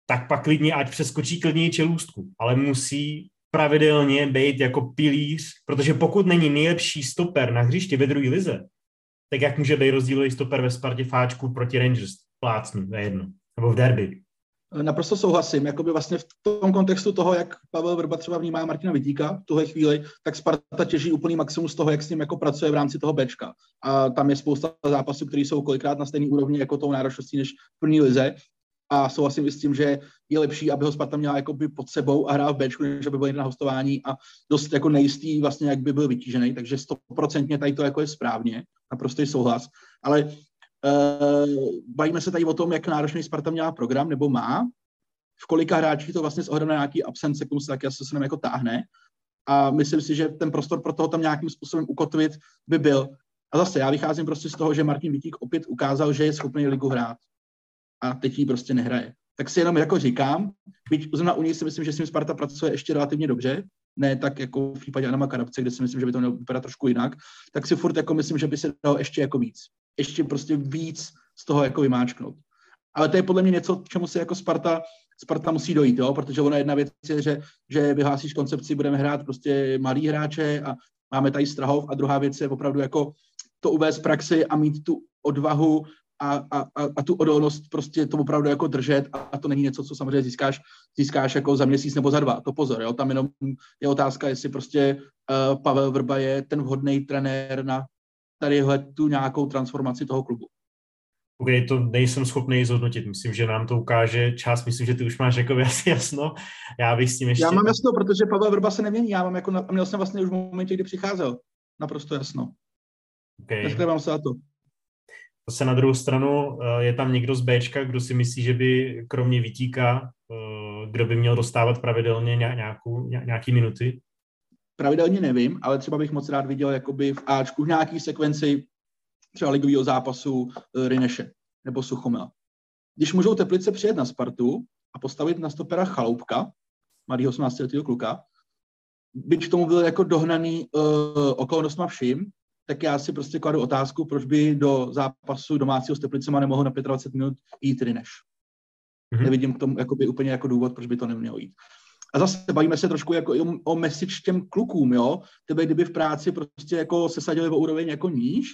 tak pak klidně, ať přeskočí klidně čelůstku, ale musí pravidelně být jako pilíř, protože pokud není nejlepší stoper na hřišti ve druhé lize, tak jak může být rozdílový stoper ve Spartě Fáčku proti Rangers? Plácnu, to je jedno. Nebo v derby. Naprosto souhlasím. Jakoby vlastně v tom kontextu toho, jak Pavel Vrba třeba vnímá Martina Vitíka v tuhle chvíli, tak Sparta těží úplný maximum z toho, jak s ním jako pracuje v rámci toho Bčka. A tam je spousta zápasů, které jsou kolikrát na stejné úrovni jako tou náročností než v první lize. A souhlasím i s tím, že je lepší, aby ho Sparta měla jakoby pod sebou a hrál v Bčku, než aby byl jen na hostování a dost jako nejistý vlastně, jak by byl vytížený. Takže stoprocentně tady to jako je správně, naprostý souhlas. Ale uh, bavíme se tady o tom, jak náročný Sparta měla program, nebo má, v kolika hráčích to vlastně s ohledem na nějaký absence, k tomu se taky asi se nám jako táhne. A myslím si, že ten prostor pro toho tam nějakým způsobem ukotvit by byl. A zase já vycházím prostě z toho, že Martin Vitík opět ukázal, že je schopný ligu hrát. A teď ji prostě nehraje. Tak si jenom jako říkám, byť na Unii si myslím, že s ním Sparta pracuje ještě relativně dobře, ne tak jako v případě Adama Karabce, kde si myslím, že by to mělo vypadat trošku jinak, tak si furt jako myslím, že by se dalo ještě jako víc. Ještě prostě víc z toho jako vymáčknout. Ale to je podle mě něco, k čemu se jako Sparta, Sparta musí dojít, jo? Protože ona jedna věc je, že, že vyhlásíš koncepci, budeme hrát prostě malý hráče a máme tady Strahov, a druhá věc je opravdu jako to uvést v praxi a mít tu odvahu A, a, a tu odolnost prostě to opravdu jako držet a to není něco, co samozřejmě získáš, získáš jako za měsíc nebo za dva. To pozor, jo? Tam jenom je otázka, jestli prostě uh, Pavel Vrba je ten vhodný trenér na tadyhle tu nějakou transformaci toho klubu. Ok, to nejsem schopný zhodnotit. Myslím, že nám to ukáže čas. Myslím, že ty už máš jako asi jasno. Já bych s tím ještě... Já mám jasno, protože Pavel Vrba se nemění. Já mám jako, měl jsem vlastně už v momentě, kdy přicházel. Naprosto jasno. Okay. Neskrývám se na to. Zase na druhou stranu je tam někdo z Bčka, kdo si myslí, že by kromě Vitíka, kdo by měl dostávat pravidelně nějakou, nějaký minuty? Pravidelně nevím, ale třeba bych moc rád viděl jakoby v Ačku v nějaký sekvenci třeba ligového zápasu Ryneše nebo Suchomila. Když můžou Teplice přijet na Spartu a postavit na stopera Chaloupka, mladý osmnáctiletého kluka, byť k tomu byl jako dohnaný uh, okolnostma vším, tak já si prostě kladu otázku, proč by do zápasu domácího s Teplicema nemohl na dvacet pět minut jít Ryneš. Mm-hmm. Nevidím k tomu jakoby, úplně jako důvod, proč by to nemělo jít. A zase bavíme se trošku jako o, o message těm klukům, jo. Tebe kdyby v práci prostě jako se sadili o úroveň jako níž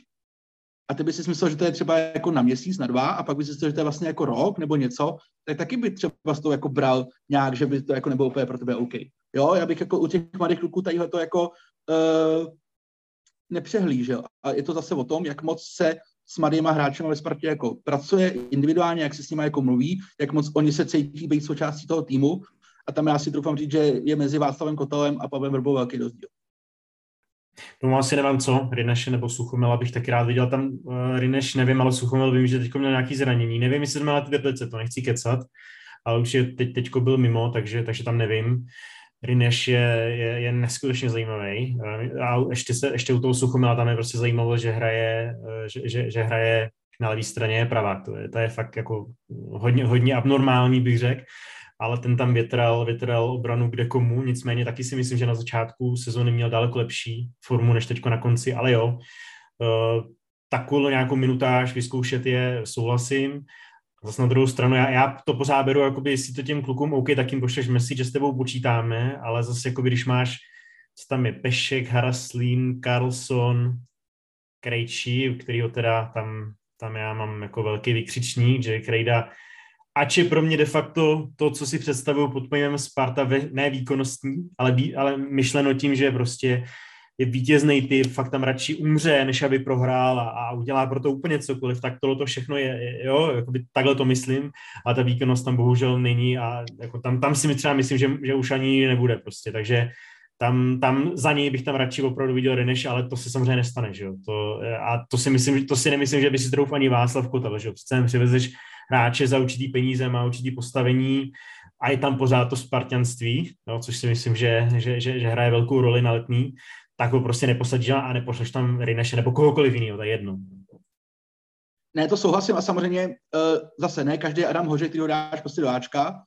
a ty by si myslel, že to je třeba jako na měsíc, na dva a pak by si myslel, že to je vlastně jako rok nebo něco, tak taky by třeba z toho jako bral nějak, že by to jako nebylo úplně pro tebe OK. Jo, já bych jako u těch mladých kluků tadyhle to jako uh, nepřehlížel. A je to zase o tom, jak moc se s mladýma hráčema ve Spartě jako pracuje individuálně, jak se s nimi jako mluví, jak moc oni se cítí být součástí toho týmu. A tam já si doufám říct, že je mezi Václavem Kotelem a Pavlem Vrbou velký rozdíl. Tomu asi nemám co, Ryneše nebo Suchomila bych taky rád viděl. Tam uh, Ryneš nevím, ale Suchomil vím, že teď měl nějaký zranění. Nevím, jestli to má na ty Teplice, to nechci kecat, ale už je teď, teďko byl mimo, takže, takže tam nevím. Ryneš je, je, je neskutečně zajímavý. A ještě, se, ještě u toho Suchomila tam je prostě zajímavé, že hraje, že, že, že hraje na levé straně je pravák. To je, to je fakt jako hodně, hodně abnormální, bych řekl. Ale ten tam větral, větral obranu kde komu, nicméně taky si myslím, že na začátku sezóny měl daleko lepší formu než teďko na konci, ale jo, uh, takovou nějakou minutáž vyzkoušet je, souhlasím. Zase na druhou stranu, já, já to pořád beru, jakoby, jestli to těm klukům OK, tak jim pošleš message, že s tebou počítáme, ale zase jakoby, když máš, co tam je, Pešek, Haraslín, Karlsson, Krejčí, kterýho teda tam, tam já mám jako velký vykřičník, že Krejda, ač je pro mě de facto to, co si představuju pod pojmem Sparta, ve, ne výkonnostní, ale, bí, ale myšleno tím, že prostě je vítězný typ, fakt tam radši umře, než aby prohrál a, a udělá pro to úplně cokoliv, tak tohle to všechno je, je jo, jakoby takhle to myslím, ale ta výkonnost tam bohužel není a jako tam, tam si mi třeba myslím, že, že už ani nebude prostě, takže tam, tam za něj bych tam radši opravdu viděl Ryneš, ale to se samozřejmě nestane, že jo, to, a to si myslím, to si nemyslím, že by si trouf ani Václav Kotel, že jo, přece přivezeš hráče za určitý peníze, má určitý postavení a je tam pořád to spartanství, no, což si myslím, že, že, že, že hraje velkou roli na Letný, tak ho prostě neposadíš a nepošleš tam Ryneše nebo kohokoliv jiného, to je jedno. Ne, to souhlasím a samozřejmě uh, zase ne každý Adam Hořek, který ho dáš prostě do Ačka,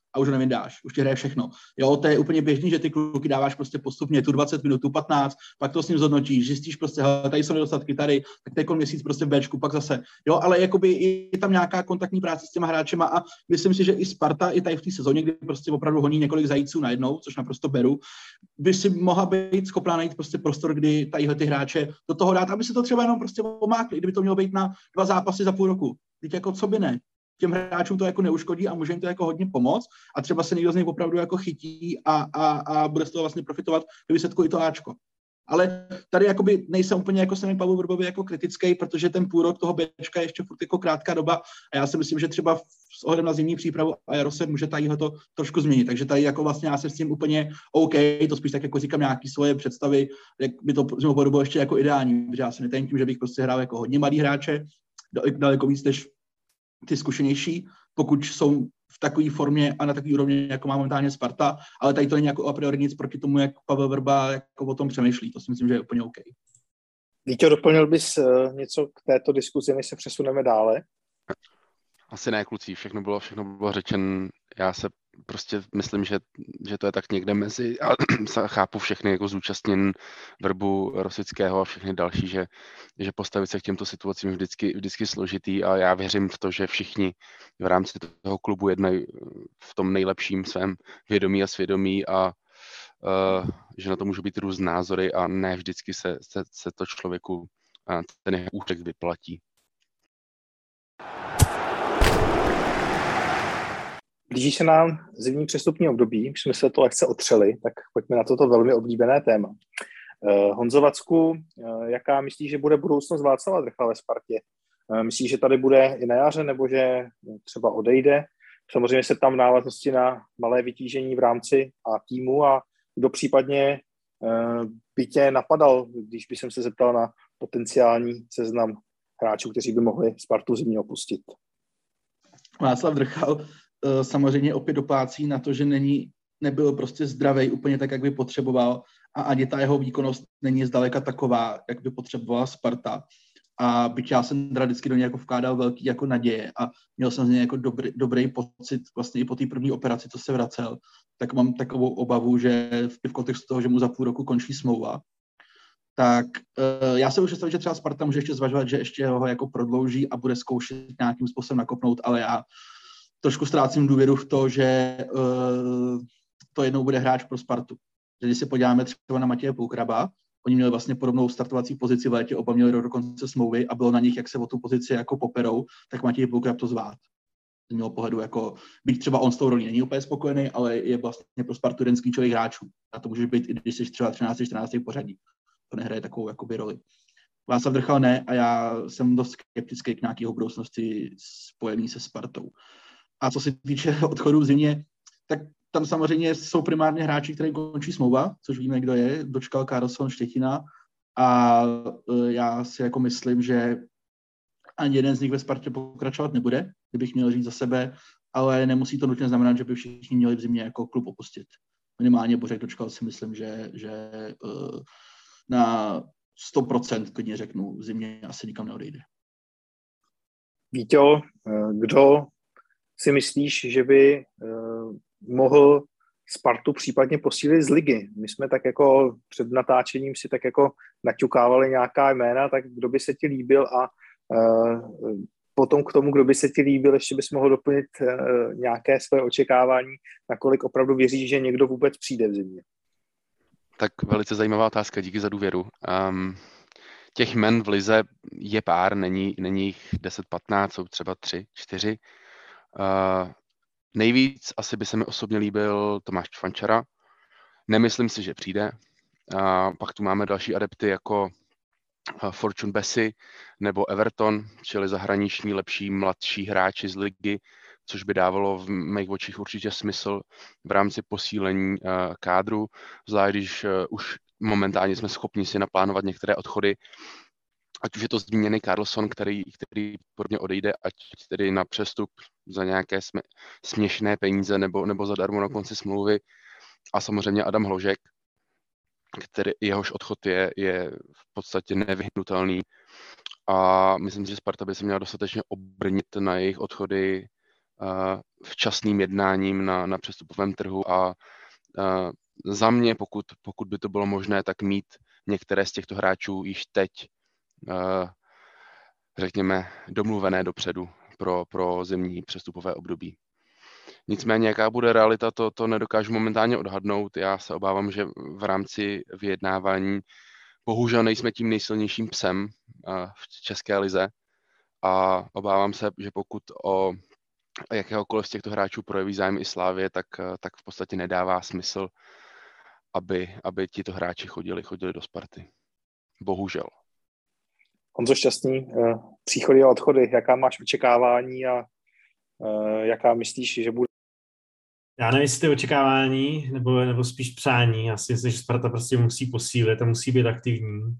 a už ho nevyndáš, už ti hraje všechno. Jo, to je úplně běžný, že ty kluky dáváš prostě postupně tu dvacet minut, tu patnáct, pak to s ním zhodnotíš, zjistíš prostě, hele, tady jsou nedostatky, tady, tak teď měsíc prostě v Bčku, pak zase. Jo, ale jakoby je tam nějaká kontaktní práce s těma hráčema a myslím si, že i Sparta, i tady v té sezóně, kdy prostě opravdu honí několik zajíců najednou, což naprosto beru, by si mohla být schopná najít prostě prostor, kdy tadyhle ty hráče do toho dát, aby se to třeba jenom prostě omákli, kdyby to mělo být na dva zápasy za půl roku. Teď jako co by ne? Těm hráčům to jako neuškodí a může jim to jako hodně pomoct a třeba se někdo z nich opravdu jako chytí a, a, a bude z toho vlastně profitovat ve výsledku i to Ačko. Ale tady jakoby nejsem úplně jako jsem Pavlu Vrbovi jako kritický, protože ten půl rok toho Bčka je ještě furt jako krátká doba a já si myslím, že třeba s ohledem na zimní přípravu a Jaro se může tady to trošku změnit. Takže tady jako vlastně já jsem s tím úplně OK, to spíš tak jako říkám nějaký svoje představy, jak by to z mého pohledu bylo ještě jako ideální, protože já se netajím tím, že bych prostě hrál jako hodně mladý hráče, daleko víc než ty zkušenější, pokud jsou v takové formě a na takové úrovni, jako má momentálně Sparta, ale tady to není jako a priori nic proti tomu, jak Pavel Vrba jako o tom přemýšlí. To si myslím, že je úplně OK. Víťo, doplnil bys něco k této diskuzi, než se přesuneme dále? Asi ne, kluci, všechno bylo, všechno bylo řečen. Já se prostě myslím, že, že to je tak někde mezi, a chápu všechny jako zúčastněn Vrbu, Rosického a všechny další, že, že postavit se k těmto situacím je vždycky, vždycky složitý a já věřím v to, že všichni v rámci toho klubu jednají v tom nejlepším svém vědomí a svědomí a uh, že na to můžou být různé názory a ne vždycky se, se, se to člověku a ten jeho úček vyplatí. Blíží se nám zimní přestupní období, už jsme se to lehce otřeli, tak pojďme na toto velmi oblíbené téma. Uh, Honzo Vacku, uh, jaká myslíš, že bude budoucnost Václava Drcha ve Spartě? Uh, myslíš, že tady bude i na jaře, nebo že třeba odejde? Samozřejmě se tam v návaznosti na malé vytížení v rámci a týmu a kdo případně uh, by tě napadal, když by jsem se zeptal na potenciální seznam hráčů, kteří by mohli Spartu zimně opustit? Václav Drchal samozřejmě opět doplácí na to, že není, nebyl prostě zdravý úplně tak, jak by potřeboval a ani ta jeho výkonnost není zdaleka taková, jak by potřebovala Sparta. A byť já jsem teda vždycky do něj jako vkládal velký jako naděje a měl jsem z něj jako dobrý, dobrý pocit vlastně i po té první operaci, co se vracel, tak mám takovou obavu, že v kontextu toho, že mu za půl roku končí smlouva, tak uh, já se už představit, že třeba Sparta může ještě zvažovat, že ještě ho jako prodlouží a bude zkoušet nějakým způsobem nakopnout, ale já trošku ztrácím důvěru v to, že uh, to jednou bude hráč pro Spartu. Že když se podíváme třeba na Matěje Půlkraba, oni měli vlastně podobnou startovací pozici v létě, oba měli do konce smlouvy a bylo na nich, jak se o tu pozici jako poperou, tak Matěj Půlkrab to zvlád. Z mého pohledu, jako, byť třeba on s tou rolí není úplně spokojený, ale je vlastně pro Spartu jeden z klíčových hráčů. A to může být, i když jsi třeba třináct čtrnáct pořadí. To nehraje takovou jakoby roli. Václav Drchal ne a já jsem dost skeptický k nějakého budoucnosti spojený se Spartou. A co se týče odchodu v zimě, tak tam samozřejmě jsou primárně hráči, kterým končí smlouva, což víme, kdo je, Dočkal, Karlsson, Štětina a já si jako myslím, že ani jeden z nich ve Spartě pokračovat nebude, kdybych měl říct za sebe, ale nemusí to nutně znamenat, že by všichni měli v zimě jako klub opustit. Minimálně Bořek Dočkal si myslím, že, že na sto procent klidně řeknu, v zimě asi nikam neodejde. Víťo, kdo si myslíš, že by uh, mohl Spartu případně posílit z ligy? My jsme tak jako před natáčením si tak jako naťukávali nějaká jména, tak kdo by se ti líbil a uh, potom k tomu, kdo by se ti líbil, ještě bys mohl doplnit uh, nějaké své očekávání, nakolik opravdu věříš, že někdo vůbec přijde v zimě? Tak velice zajímavá otázka, díky za důvěru. Um, těch jmen v lize je pár, není, není jich deset patnáct, jsou třeba tři, čtyři. Uh, nejvíc asi by se mi osobně líbil Tomáš Čvančara. Nemyslím si, že přijde. Uh, pak tu máme další adepty jako uh, Fortune Bessie nebo Everton, čili zahraniční lepší mladší hráči z ligy, což by dávalo v mých očích určitě smysl v rámci posílení uh, kádru, zvlášť když uh, už momentálně jsme schopni si naplánovat některé odchody, ať už je to zmíněný Karlsson, který, který podobně odejde, ať tedy na přestup za nějaké smě, směšné peníze nebo, nebo zadarmo na konci smlouvy. A samozřejmě Adam Hložek, který, jehož odchod je, je v podstatě nevyhnutelný. A myslím si, že Sparta by se měla dostatečně obrnit na jejich odchody včasným jednáním na, na přestupovém trhu a za mě, pokud, pokud by to bylo možné, tak mít některé z těchto hráčů již teď, řekněme, domluvené dopředu pro, pro zimní přestupové období. Nicméně, jaká bude realita, to, to nedokážu momentálně odhadnout. Já se obávám, že v rámci vyjednávání bohužel nejsme tím nejsilnějším psem v české lize a obávám se, že pokud o jakéhokoliv z těchto hráčů projeví zájem i Slavie, tak, tak v podstatě nedává smysl, aby, aby tito hráči chodili, chodili do Sparty. Bohužel. Honzo Šťastný, příchody a odchody, jaká máš očekávání a jaká myslíš, že bude? Já nevím, jestli to je očekávání, nebo, nebo spíš přání. Já si myslím, že Sparta prostě musí posílit a musí být aktivní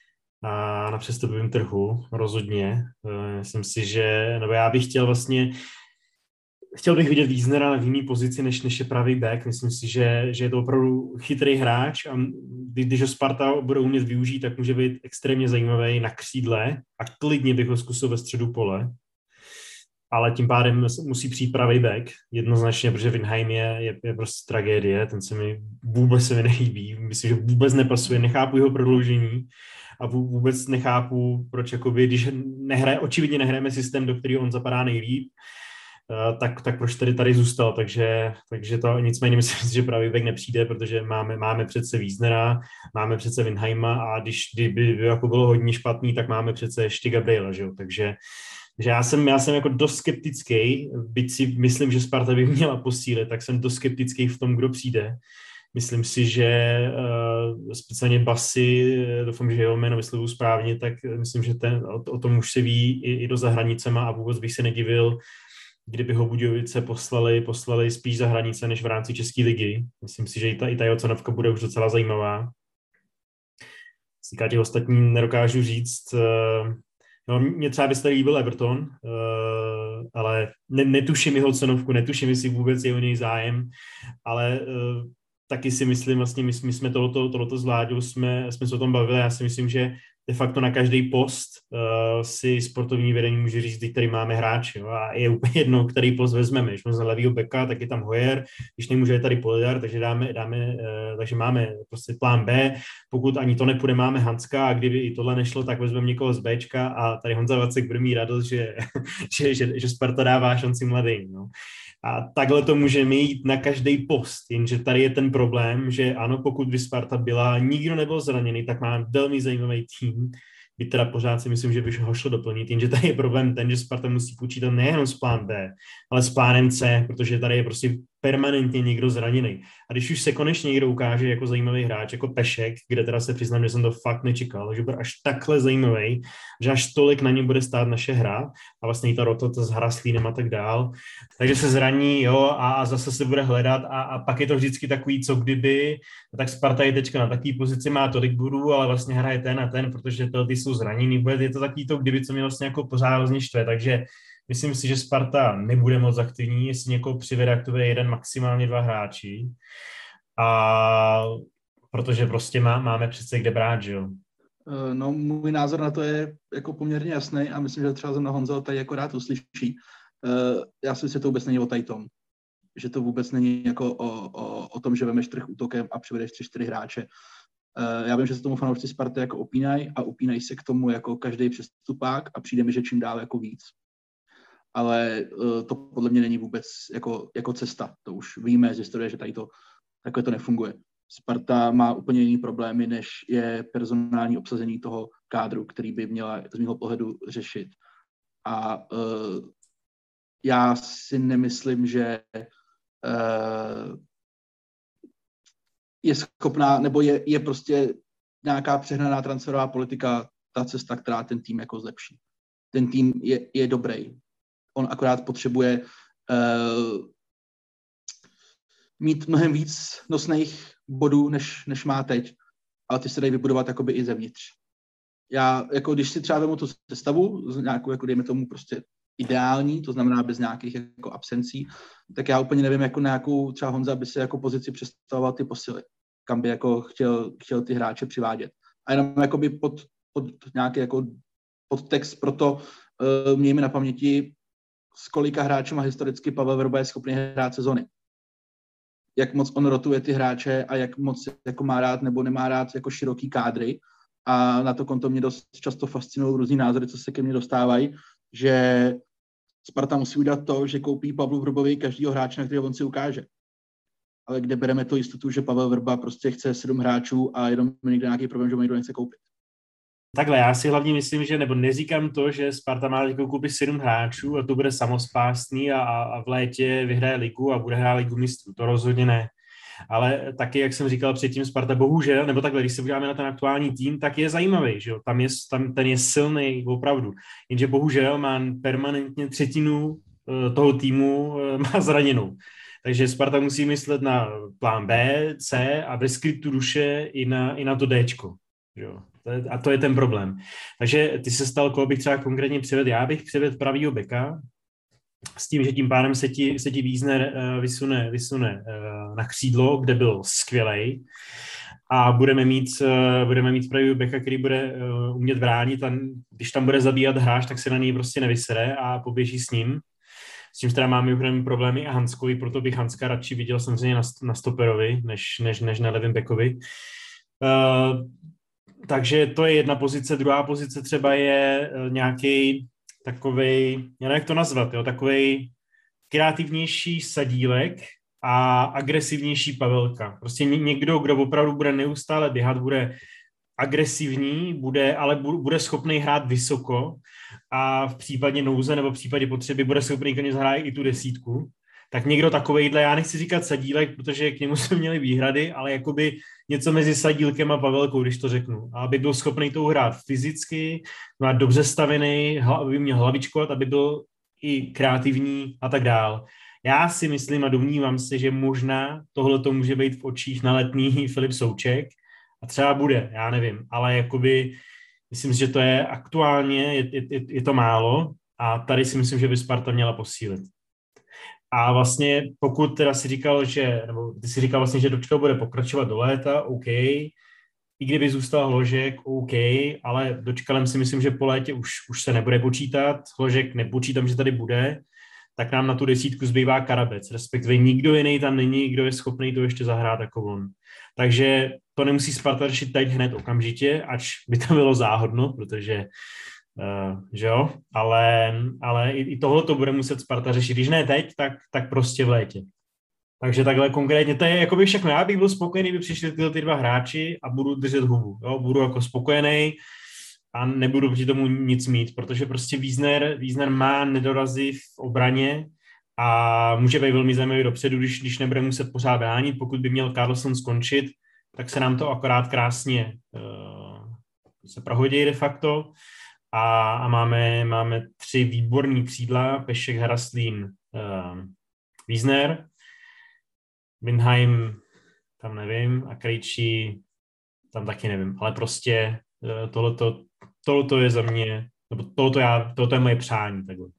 a na přestupovém trhu, rozhodně. Myslím si, že, nebo já bych chtěl vlastně, chtěl bych vidět Wiesnera na jiný pozici, než, než je pravý back. Myslím si, že, že je to opravdu chytrý hráč a když ho Sparta bude umět využít, tak může být extrémně zajímavý na křídle a klidně bych ho zkusil ve středu pole. Ale tím pádem musí přijít pravý back, jednoznačně, protože Winheim je, je, je prostě tragédie, ten se mi vůbec se mi nelíbí, myslím, že vůbec nepasuje, nechápu jeho prodloužení a vůbec nechápu, proč jakoby, když nehraje, očividně nehrajeme systém, do kterého on zapadá nejlíp, tak, tak proč tady tady zůstal, takže, takže to nicméně myslím si, že pravý back nepřijde, protože máme, máme přece Wiesnera, máme přece Winheima a když kdyby jako bylo hodně špatný, tak máme přece ještě Gabriela, že jo, takže že já jsem, já jsem jako dost skeptický, byť si myslím, že Sparta by měla posílit, tak jsem dost skeptický v tom, kdo přijde. Myslím si, že uh, speciálně Basy, doufám, že jeho jméno vyslovuju správně, tak myslím, že ten, o, o tom už se ví i, i do zahranicema a vůbec bych se nedivil, kdyby ho Budějovice poslali, poslali spíš za hranice, než v rámci České ligy. Myslím si, že i ta, i ta jeho cenovka bude už docela zajímavá. Říká těch ostatní nedokážu říct. Uh, No, mě třeba by se líbil Everton, uh, ale ne, netuším jeho cenovku, netuším, jestli vůbec je o něj zájem, ale uh, taky si myslím, vlastně my, my jsme tohleto, tohleto zvládli, jsme, jsme se o tom bavili, já si myslím, že de facto na každý post uh, si sportovní vedení může říct, když tady máme hráče, jo, a je úplně jedno, který post vezmeme, když máme levýho beka, tak je tam Hoyer, když nemůže je tady Polidar, takže dáme, dáme uh, takže máme prostě plán B, pokud ani to nepůjde, máme Hanska a kdyby i tohle nešlo, tak vezmeme někoho z Bčka a tady Honza Vacek bude mít radost, že, že, že, že Sparta dává šanci mladým, no. A takhle to může jít na každý post, jenže tady je ten problém, že ano, pokud by Sparta byla, nikdo nebyl zraněný, tak má velmi zajímavý tým, byť teda pořád si myslím, že by ho šlo doplnit, jenže tady je problém ten, že Sparta musí počítat nejenom s plán B, ale s plánem C, protože tady je prostě permanentně někdo zraněný. A když už se konečně někdo ukáže jako zajímavý hráč, jako Pešek, kde teda se přiznám, že jsem to fakt nečekal, že bude až takhle zajímavý, že až tolik na něm bude stát naše hra a vlastně i ta rotata s Haraslínem a tak dál. Takže se zraní, jo, a, a zase se bude hledat a, a pak je to vždycky takový, co kdyby, tak Sparta je teďka na takové pozici, má tolik bodů, ale vlastně hraje ten a ten, protože ty jsou zraněný, bude je to takový to, kdyby, co mě vlastně jako pořád hrozně štve, takže myslím si, že Sparta nebude moc aktivní, jestli někoho přivede, jak to bude jeden, maximálně dva hráči. A protože prostě má, máme přece kde brát, že jo? No, můj názor na to je jako poměrně jasný a myslím, že třeba ze mnou Honza tady jako rád uslyší. Já si myslím, že to vůbec není o tajtom. Že to vůbec není jako o, o, o tom, že vemeš trh útokem a přivedeš tři, čtyři hráče. Já vím, že se tomu fanoušci Sparty jako opínají a opínají se k tomu jako každý přestupák a přijde mi, že čím dál jako víc. Ale to podle mě není vůbec jako, jako cesta. To už víme z historie, že tady to takhle to nefunguje. Sparta má úplně jiný problémy, než je personální obsazení toho kádru, který by měla z mého pohledu řešit. A uh, já si nemyslím, že uh, je schopná, nebo je, je prostě nějaká přehnaná transferová politika ta cesta, která ten tým jako zlepší. Ten tým je, je dobrý. On akorát potřebuje uh, mít mnohem víc nosných bodů, než, než má teď, ale ty se dají vybudovat jakoby i zevnitř. Já, jako když si třeba vemu tu sestavu, nějakou, jako dejme tomu prostě ideální, to znamená bez nějakých jako absencí, tak já úplně nevím, jako nějakou třeba Honza by se jako pozici představoval ty posily, kam by jako chtěl, chtěl ty hráče přivádět. A jenom jakoby pod, pod nějaký jako podtext pro to uh, mějme na paměti, s kolika hráčema historicky Pavel Vrba je schopný hrát sezony. Jak moc on rotuje ty hráče a jak moc jako má rád nebo nemá rád jako široký kádry. A na to konto mě dost často fascinují různý názory, co se ke mně dostávají, že Sparta musí udělat to, že koupí Pavlu Vrbovi každýho hráče, na kterého on si ukáže. Ale kde bereme to jistotu, že Pavel Vrba prostě chce sedm hráčů a jenom někde nějaký problém, že ho někdo nechce koupit. Takhle, já si hlavně myslím, že, nebo neříkám to, že Sparta má jako koupit sedm hráčů a to bude samospásný a, a v létě vyhraje ligu a bude hrát ligu mistrů. To rozhodně ne. Ale taky, jak jsem říkal předtím, Sparta bohužel, nebo takhle, když se podíváme na ten aktuální tým, tak je zajímavý, že jo? Tam je, tam, ten je silný, opravdu. Jenže bohužel má permanentně třetinu uh, toho týmu uh, má zraněnou. Takže Sparta musí myslet na plán B, C a ve skrytu duše i na, i na to Dčko. Jo? A to je ten problém. Takže ty se stal, koho bych třeba konkrétně přivedl. Já bych přivedl pravýho beka, s tím, že tím pádem se ti, se ti Wiesner uh, vysune, vysune uh, na křídlo, kde byl skvělej a budeme mít, uh, budeme mít pravýho beka, který bude uh, umět bránit a když tam bude zabíjat hráč, tak se na něj prostě nevysere a poběží s ním. S tím teda máme úplně problémy a Hanskovi, proto bych Hanska radši viděl samozřejmě na, na stoperovi, než, než, než na levém bekovi. Uh, takže to je jedna pozice. Druhá pozice třeba je uh, nějaký takovej, já nevím, jak to nazvat, jo, takovej kreativnější Sadílek a agresivnější Pavelka. Prostě někdo, kdo opravdu bude neustále běhat, bude agresivní, bude, ale bude schopný hrát vysoko a v případě nouze nebo v případě potřeby bude schopný konec hrát i tu desítku. Tak někdo takovejhle, já nechci říkat Sadílek, protože k němu jsme měli výhrady, ale jakoby něco mezi Sadílkem a Pavelkou, když to řeknu. A aby byl schopný tou hrát fyzicky, má dobře stavený, aby měl hlavičkovat, aby byl i kreativní a tak dál. Já si myslím a domnívám se, že možná tohle to může být v očích na Letný Filip Souček a třeba bude, já nevím, ale jakoby myslím si, že to je aktuálně, je, je, je to málo a tady si myslím, že by Sparta měla posílit. A vlastně pokud teda si říkal, že, nebo ty si říkal vlastně, že Dočkal bude pokračovat do léta, OK, i kdyby zůstal Hložek, OK, ale Dočkalem si myslím, že po létě už, už se nebude počítat, Hložek nepočítám, že tady bude, tak nám na tu desítku zbývá Karabec, respektive nikdo jiný tam není, kdo je schopný to ještě zahrát jako on. Takže to nemusí Sparta řešit teď hned okamžitě, ač by to bylo záhodno, protože Uh, že jo, ale, ale i, i tohle to bude muset Sparta řešit. Když ne teď, tak, tak prostě v létě. Takže takhle konkrétně, to je jakoby všechno. Já bych byl spokojený, kdyby přišli tyhle ty dva hráči a budu držet hubu. Jo? Budu jako spokojený a nebudu proti tomu nic mít, protože prostě Wiesner, Wiesner má nedorazy v obraně a může být velmi zajímavý dopředu, když, když nebude muset pořád bránit. Pokud by měl Karlsson skončit, tak se nám to akorát krásně uh, se prohodí de facto. A, a máme, máme tři výborný křídla, Pešek, Haraslín, uh, Wiesner, Windheim, tam nevím, a Krejčí, tam taky nevím, ale prostě uh, tohleto, tohleto je za mě, nebo tohleto, já, tohleto je moje přání. Takhle.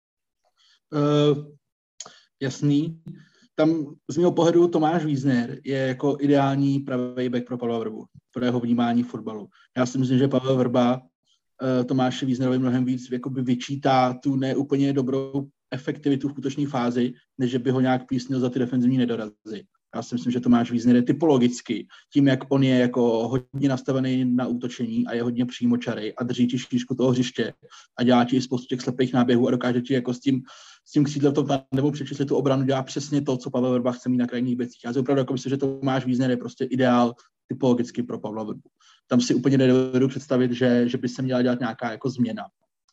Uh, jasný. Tam z mého pohledu Tomáš Wiesner je jako ideální pravý back pro Pavla Vrbu, pro jeho vnímání fotbalu. Já si myslím, že Pavel Vrba Tomáši Wiesnerovi mnohem víc jakoby vyčítá tu neúplně dobrou efektivitu v útoční fázi, než by ho nějak písnil za ty defenzivní nedorazy. Já si myslím, že Tomáš Wiesner je typologicky, tím, jak on je jako hodně nastavený na útočení a je hodně přímočarej a drží ti šířku toho hřiště a dělá ti spoustu těch slepých náběhů a dokáže ti jako s tím, s tím křídlem v tom nebo přečíslit tu obranu, dělá přesně to, co Pavel Vrba chce mít na krajních běcích. Já si opravdu jako myslím, že Tomáš Wiesner je prostě ideál typologicky pro Pavla Vrbu. Tam si úplně nedovedu představit, že, že by se měla dělat nějaká jako změna.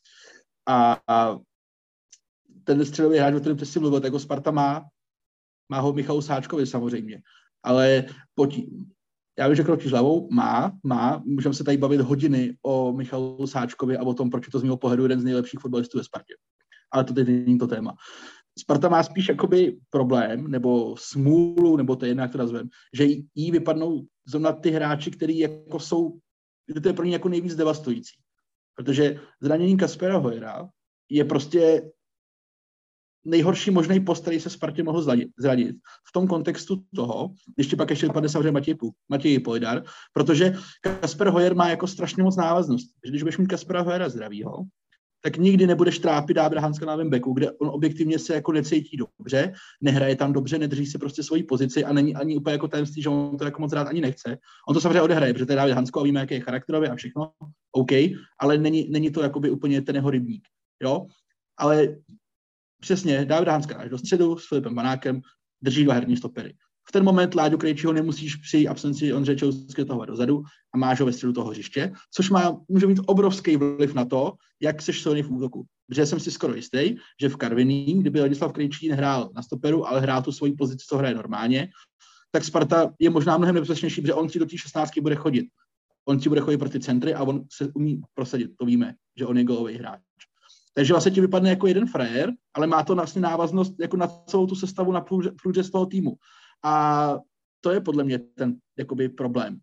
A, a ten středový hráč, o kterém jsi mluvil, jako Sparta má, má ho Michalu Sáčkovi samozřejmě, ale pojď, já bych řekl kročíš hlavou, má, má, můžeme se tady bavit hodiny o Michalu Sáčkovi a o tom, proč je to z mého pohledu jeden z nejlepších fotbalistů ve Spartě. Ale to teď není to téma. Sparta má spíš jakoby problém, nebo smůlu, nebo to je jedno, jak to nazvem, že jí vypadnou zrovna ty hráči, který jako jsou, to je pro ně jako nejvíc devastující. Protože zranění Kaspera Hojera je prostě nejhorší možný post, který se Spartě mohl zranit. V tom kontextu toho, ještě pak ještě vypadne samozřejmě Matěj, Matěj Pojdar, protože Kasper Hojer má jako strašně moc návaznost. Že když budeš mít Kaspera Hojera zdravýho, tak nikdy nebudeš trápit Dávida Hanska na levém beku, kde on objektivně se jako necítí dobře, nehraje tam dobře, nedrží se prostě svoji pozici a není ani úplně jako tajemství, že on to jako moc rád ani nechce. On to samozřejmě odehraje, protože to je Dávid Hansko a víme, jaký je charakterový a všechno, OK, ale není, není to jakoby úplně ten jeho rybník, jo. Ale přesně, Dávida Hanska dáš do středu s Filipem Vanákem, drží dva herní stopery. V ten moment Láďu Krejčího nemusíš při absenci Ondřeje Čousky toho dozadu a máš ho ve středu toho hřiště, což má, může mít obrovský vliv na to, jak seš silný v útoku. Protože jsem si skoro jistý, že v Karviní, kdyby Ladislav Krejčí nehrál na stoperu, ale hrál tu svoji pozici, co hraje normálně, tak Sparta je možná mnohem nebezpečnější, protože on si do té šestnáctky bude chodit. On si bude chodit pro ty centry a on se umí prosadit, to víme, že on je gólový hráč. Takže vlastně ti vypadne jako jeden frajer, ale má to vlastně návaznost jako na celou tu sestavu na průřez toho týmu. A to je podle mě ten jakoby problém.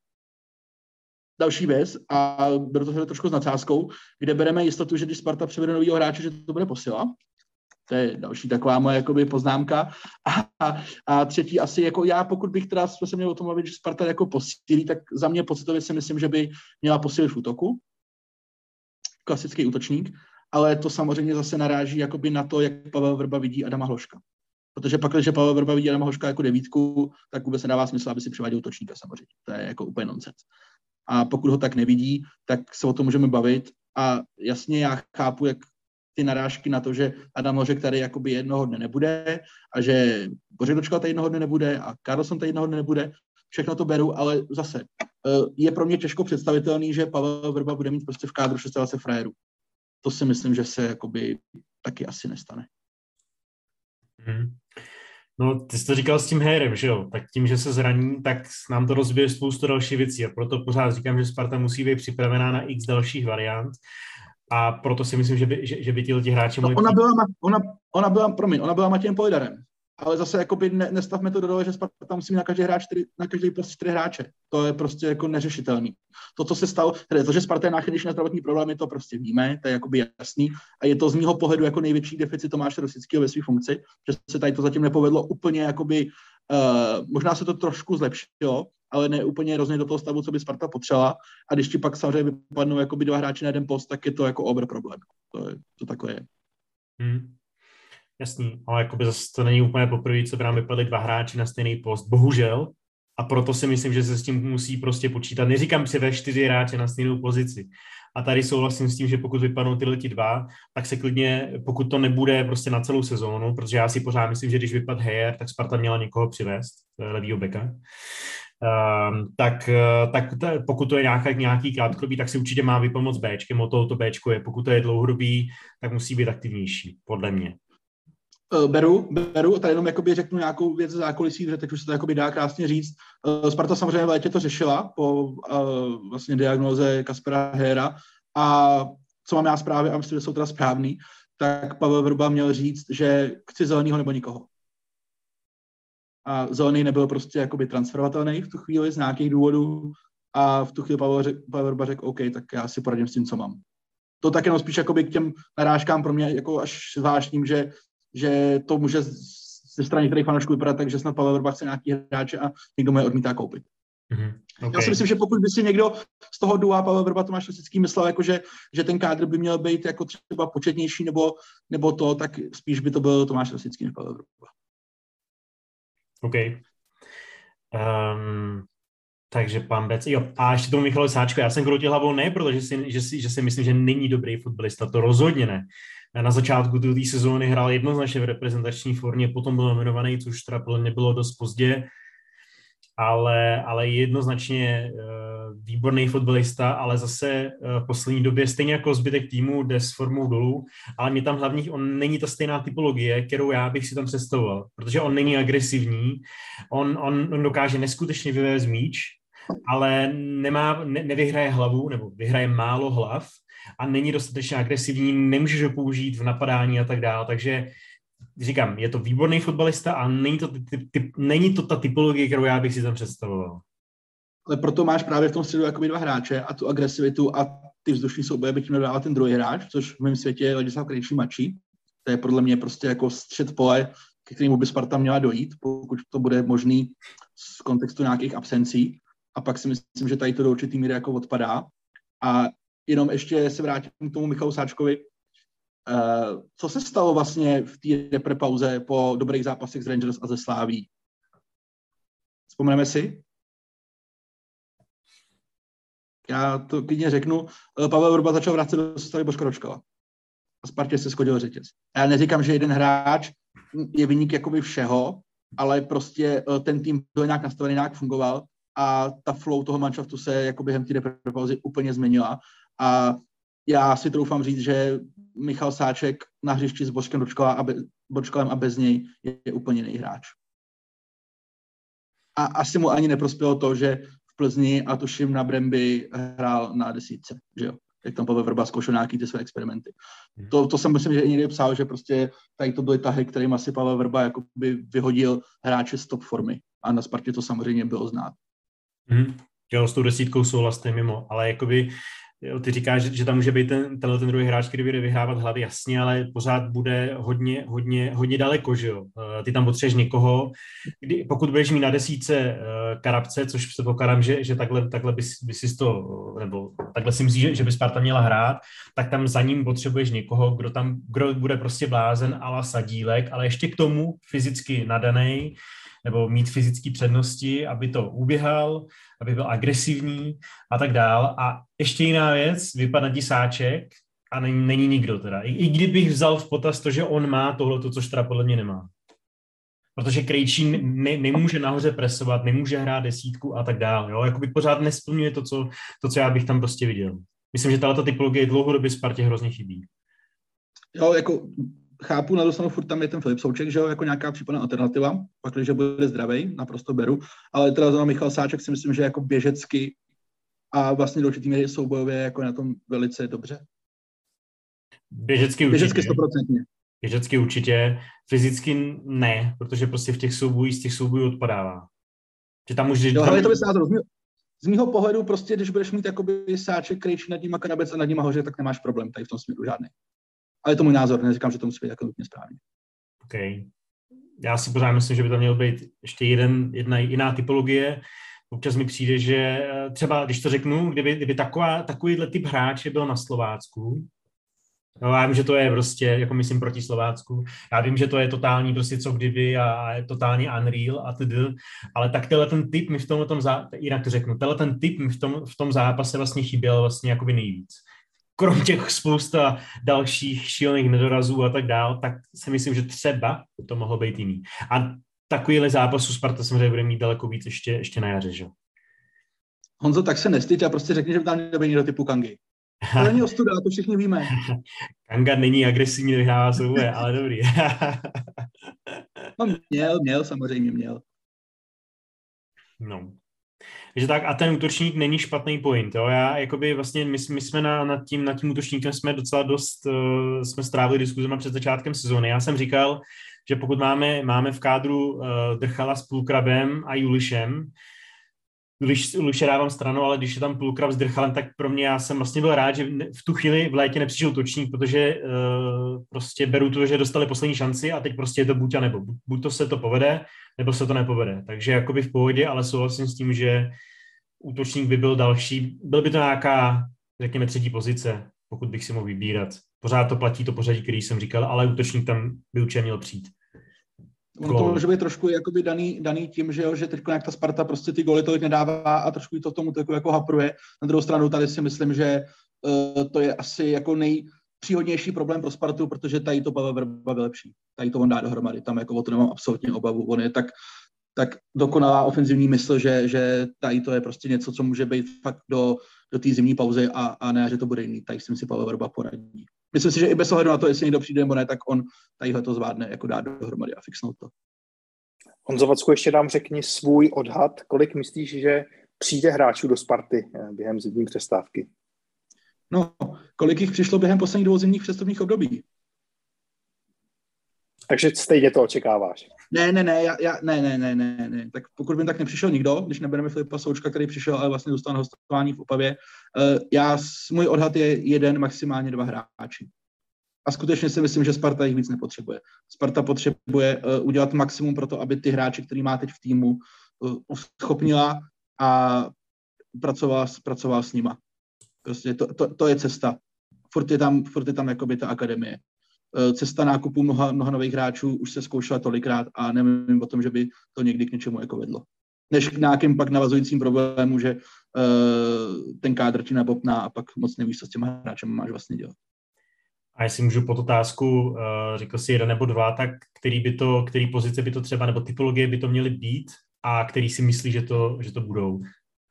Další věc, a beru to trošku s nadsázkou, kde bereme jistotu, že když Sparta převede novýho hráče, že to bude posila. To je další taková moje jakoby poznámka. A, a třetí asi, jako já, pokud bych teda se měl o tom mluvit, že Sparta jako posílí, tak za mě pocitově si myslím, že by měla posílit v útoku. Klasický útočník. Ale to samozřejmě zase naráží jakoby na to, jak Pavel Vrba vidí Adama Hloška. Protože pak, když Pavel Vrba vidí Adama Hloška jako devítku, tak vůbec nedává smysl, aby si přiváděl útočníka samozřejmě. To je jako úplně nonsens. A pokud ho tak nevidí, tak se o tom můžeme bavit. A jasně já chápu, jak ty narážky na to, že Adam Hlošek tady jakoby jednoho dne nebude a že Bořek Dočkal tady jednoho dne nebude a Karlsson tady jednoho dne nebude, všechno to beru, ale zase je pro mě těžko představitelný, že Pavel Vrba bude mít prostě v kádru šestnáct frérů. To si myslím, že se jakoby taky asi nestane. Hmm. No, ty jsi to říkal s tím Hejerem, že jo? Tak tím, že se zraní, tak nám to rozbije spoustu dalších věcí a proto pořád říkám, že Sparta musí být připravená na x dalších variant a proto si myslím, že by, že, že by ti hráči mohli... No, ona, byla, ona, ona byla, promiň, ona byla Matějem Polydarem. Ale zase jakoby ne, nestavme to do dole, že Sparta musí na každý hráč čtyři, na každý post čtyři hráče. To je prostě jako neřešitelný. To, co se stalo, tedy to, že Sparta je náchylnější na zdravotní problémy, to prostě víme, to je jakoby jasný. A je to z mýho pohledu jako největší deficit Tomáše Rosického ve své funkci, že se tady to zatím nepovedlo úplně jakoby, uh, možná se to trošku zlepšilo, ale ne úplně rozně do toho stavu, co by Sparta potřebovala. A když ti pak samozřejmě vypadnou jakoby dva hráči na jeden post, tak je to jako obr problém. To, je, to takové je. Hmm. Jasný, ale jakoby zase to není úplně poprvé, co by nám vypadly dva hráči na stejný post, bohužel, a proto si myslím, že se s tím musí prostě počítat. Neříkám přivést čtyři hráče na stejnou pozici. A tady souhlasím s tím, že pokud vypadnou tyhle ti dva, tak se klidně, pokud to nebude prostě na celou sezónu, protože já si pořád myslím, že když vypadl Hejer, tak Sparta měla někoho přivést, levýho beka. Um, tak, tak t- pokud to je nějaký, nějaký krátkodobý, tak si určitě má vypomoct Bčkem, o tohoto Bčko je. Pokud to je dlouhodobý, tak musí být aktivnější, podle mě. Beru, beru, tady jenom jakoby řeknu nějakou věc zákulisí, že teď už se to jakoby dá krásně říct. Sparta samozřejmě v létě to řešila po uh, vlastně diagnóze Kaspera Hejera a co mám já zprávy, a myslím, že jsou teda správný, tak Pavel Vrba měl říct, že chci zelenýho nebo nikoho. A zelený nebyl prostě jakoby transferovatelný v tu chvíli z nějakých důvodů a v tu chvíli Pavel, řek, Pavel Vrba řekl, OK, tak já si poradím s tím, co mám. To tak jenom spíš jakoby k těm narážkám pro mě jako až zvláštním, že že to může ze strany některých fanoušků vypadat tak, že snad Pavel Vrba chce nějaký hráče a někdo mu je odmítá koupit. Mm-hmm. Okay. Já si myslím, že pokud by si někdo z toho dua Pavel Vrba Tomáš Rosický myslel, jako že, že ten kádr by měl být jako třeba početnější nebo, nebo to, tak spíš by to byl Tomáš Rosický než Pavel Vrba. OK. Um, takže pan Bec. Jo, a ještě tomu Michalovi Sáčku. Já jsem kroutil hlavou ne, protože si, že, si, že si myslím, že není dobrý fotbalista. To rozhodně ne. Na začátku té sezóny hrál jednoznačně v reprezentační formě, potom byl nominovaný, což teda podle mě bylo dost pozdě, ale, ale jednoznačně uh, výborný fotbalista, ale zase uh, v poslední době stejně jako zbytek týmu jde s formou dolů, ale mě tam hlavně, on není ta stejná typologie, kterou já bych si tam představoval, protože on není agresivní, on, on, on dokáže neskutečně vyvést míč, ale nemá, ne, nevyhraje hlavu, nebo vyhraje málo hlav, a není dostatečně agresivní, nemůžeš ho použít v napadání a tak dále, takže říkám, je to výborný fotbalista a není to, typ, typ, není to ta typologie, kterou já bych si tam představoval. Ale proto máš právě v tom středu jakoby dva hráče a tu agresivitu a ty vzdušní souboje by tím nedával ten druhý hráč, což v mém světě je Ladislav Krejčí mladší. To je podle mě prostě jako střed pole, ke kterému by Sparta měla dojít, pokud to bude možný z kontextu nějakých absencí. A pak si myslím, že tady to do určitý míry jako odpadá. A jenom ještě se vrátím k tomu Michalu Sáčkovi. Uh, co se stalo vlastně v té repre pauze po dobrých zápasech z Rangers a ze Sláví? Vzpomeneme si? Já to klidně řeknu. Pavel Vrba začal vracet do sestavy Božka Dočkala. A Spartě se shodil řetěz. Já neříkám, že jeden hráč je viník jakoby všeho, ale prostě ten tým byl nějak nastavený, nějak fungoval a ta flow toho manšaftu se jako během té repre pauzy úplně změnila. A já si troufám říct, že Michal Sáček na hřišti s Božkem Dočkala a be, Bočkalem a bez něj je, je úplně jiný hráč. A asi mu ani neprospělo to, že v Plzni a tuším na Bremby hrál na desítce, že jo? Jak tam Pavel Vrba zkoušel nějaký ty své experimenty. To, to jsem myslím, že i někdy psal, že prostě tady to byly tahy, kterým asi Pavel Vrba jakoby vyhodil hráče z top formy. A na Spartě to samozřejmě bylo znát. Hmm. Jo, s tou desítkou souhlasím mimo, ale jakoby jo, ty říkáš, že, že tam může být ten, tenhle ten druhý hráč, který bude vyhrávat hlavy, jasně, ale pořád bude hodně, hodně, hodně daleko, že jo. Ty tam potřebuješ někoho, kdy, pokud budeš mít na desítce uh, Karabce, což se pokládám, že, že takhle, takhle bys, bys si to, nebo takhle si myslíš, že, že by Sparta měla hrát, tak tam za ním potřebuješ někoho, kdo tam kdo bude prostě blázen a la Sadílek, ale ještě k tomu fyzicky nadanej, nebo mít fyzické přednosti, aby to uběhal, aby byl agresivní a tak dál. A ještě jiná věc, vypadá ti Sáček a není, není nikdo teda. I, I kdybych vzal v potaz to, že on má tohleto, což teda podle mě nemá. Protože Krejčí ne, nemůže nahoře presovat, nemůže hrát desítku a tak dál. Jo? Jakoby pořád nesplňuje to co, to, co já bych tam prostě viděl. Myslím, že tato typologie dlouhodobě Spartě hrozně chybí. Jo, jako chápu, na dostanu furt tam je ten Filip Souček, že jo, jako nějaká případná alternativa, pak, když bude zdravej, naprosto beru, ale teda za Michal Sáček si myslím, že jako běžecky a vlastně do určitý míry soubojově jako na tom velice dobře. Běžecky určitě. Běžecky stoprocentně. Běžecky určitě, fyzicky ne, protože prostě v těch soubojích z těch soubojů odpadává. Že tam můžeš... Jo, ale to bys názor. Z mýho pohledu prostě, když budeš mít jakoby Sáček, Krejčí nad ním a Kanabec a nad ním a hoře, tak nemáš problém tady v tom směru žádný. Ale je to můj názor, neříkám, že to musí být jako nutně správně. OK. Já si pořád myslím, že by tam měl být ještě jeden, jedna jiná typologie. Občas mi přijde, že třeba, když to řeknu, kdyby, kdyby taková, takovýhle typ hráče byl na Slovácku, no, já vím, že to je prostě, jako myslím proti Slovácku, já vím, že to je totální prostě co kdyby a, a je totální unreal a td., ale tak tenhle ten typ mi v tomhle tom, zá... jinak to řeknu, tenhle ten typ mi v tom, v tom zápase vlastně chyběl vlastně jakoby nejvíc. Krom těch spousta dalších šílených nedorazů a tak dál, tak si myslím, že třeba to mohlo být jiný. A takovýhle zápasů Sparta samozřejmě bude mít daleko víc ještě, ještě na jaře, že? Honzo, tak se nestyď a prostě řekni, že tam nebude někdo typu Kangy. To není ostuda, to všichni víme. Kanga není agresivní, vyhrává souboje, ale dobrý. No měl, měl, samozřejmě měl. No. Takže tak a ten útočník není špatný point, jo, já jakoby vlastně, my, my jsme na, nad, tím, nad tím útočníkem jsme docela dost, uh, jsme strávili diskuzema před začátkem sezóny, já jsem říkal, že pokud máme, máme v kádru uh, Drchala s Půlkrabem a Julišem, Juliš, Juliše dávám stranu, ale když je tam Půlkrab s Drchalem, tak pro mě já jsem vlastně byl rád, že v tu chvíli v létě nepřišel útočník, protože uh, prostě beru to, že dostali poslední šanci a teď prostě je to buď a nebo. Buď to se to povede, nebo se to nepovede. Takže jakoby v pohodě, ale souhlasím s tím, že útočník by byl další, byl by to nějaká, řekněme, třetí pozice, pokud bych si mohl vybírat. Pořád to platí to pořadí, který jsem říkal, ale útočník tam by určitě měl přijít. Ono to může být trošku jakoby daný, daný tím, že, jo, že teď jak ta Sparta prostě ty góly tolik nedává a trošku to tomu jako, jako hapruje. Na druhou stranu tady si myslím, že uh, to je asi jako nejpříhodnější problém pro Spartu, protože tady to Pavel Vrba vylepší. Tady to on dá dohromady, tam jako o to nemám absolutně obavu. On je tak, tak dokonalá ofenzivní mysl, že, že tady to je prostě něco, co může být fakt do, do té zimní pauzy a, a ne, že to bude jiný. Tady si si Pavel Vrba poradí. Myslím si, že i bez ohledu na to, jestli někdo přijde nebo ne, tak on tadyhle to zvládne jako dát dohromady a fixnout to. Honzo Vacku, ještě nám řekni svůj odhad, kolik myslíš, že přijde hráčů do Sparty během zimní přestávky? No, kolik jich přišlo během posledních dvou zimních přestupních období? Takže stejně to očekáváš. Ne, ne, ne, já, já, ne, ne, ne, ne, ne. Tak pokud by tak nepřišel nikdo, když nebereme Filipa Součka, který přišel, ale vlastně dostal na hostování v Opavě, uh, já, můj odhad je jeden, maximálně dva hráči. A skutečně si myslím, že Sparta jich víc nepotřebuje. Sparta potřebuje uh, udělat maximum pro to, aby ty hráči, který má teď v týmu, uh, uschopnila a pracovala, pracovala s nima. Prostě to, to, to je cesta. Furt je tam, furt je tam jakoby ta akademie. Cesta nákupu mnoha, mnoha nových hráčů už se zkoušela tolikrát a nevím o tom, že by to někdy k něčemu jako vedlo. Než k nějakým pak navazujícím problému, že uh, ten kádr ti nabopná a pak moc nevíš, co s těma hráčem máš vlastně dělat. A jestli můžu pod otázku, uh, řekl si jeden nebo dva, tak který, by to, který pozice by to třeba, nebo typologie by to měly být a který si myslí, že to, že to budou?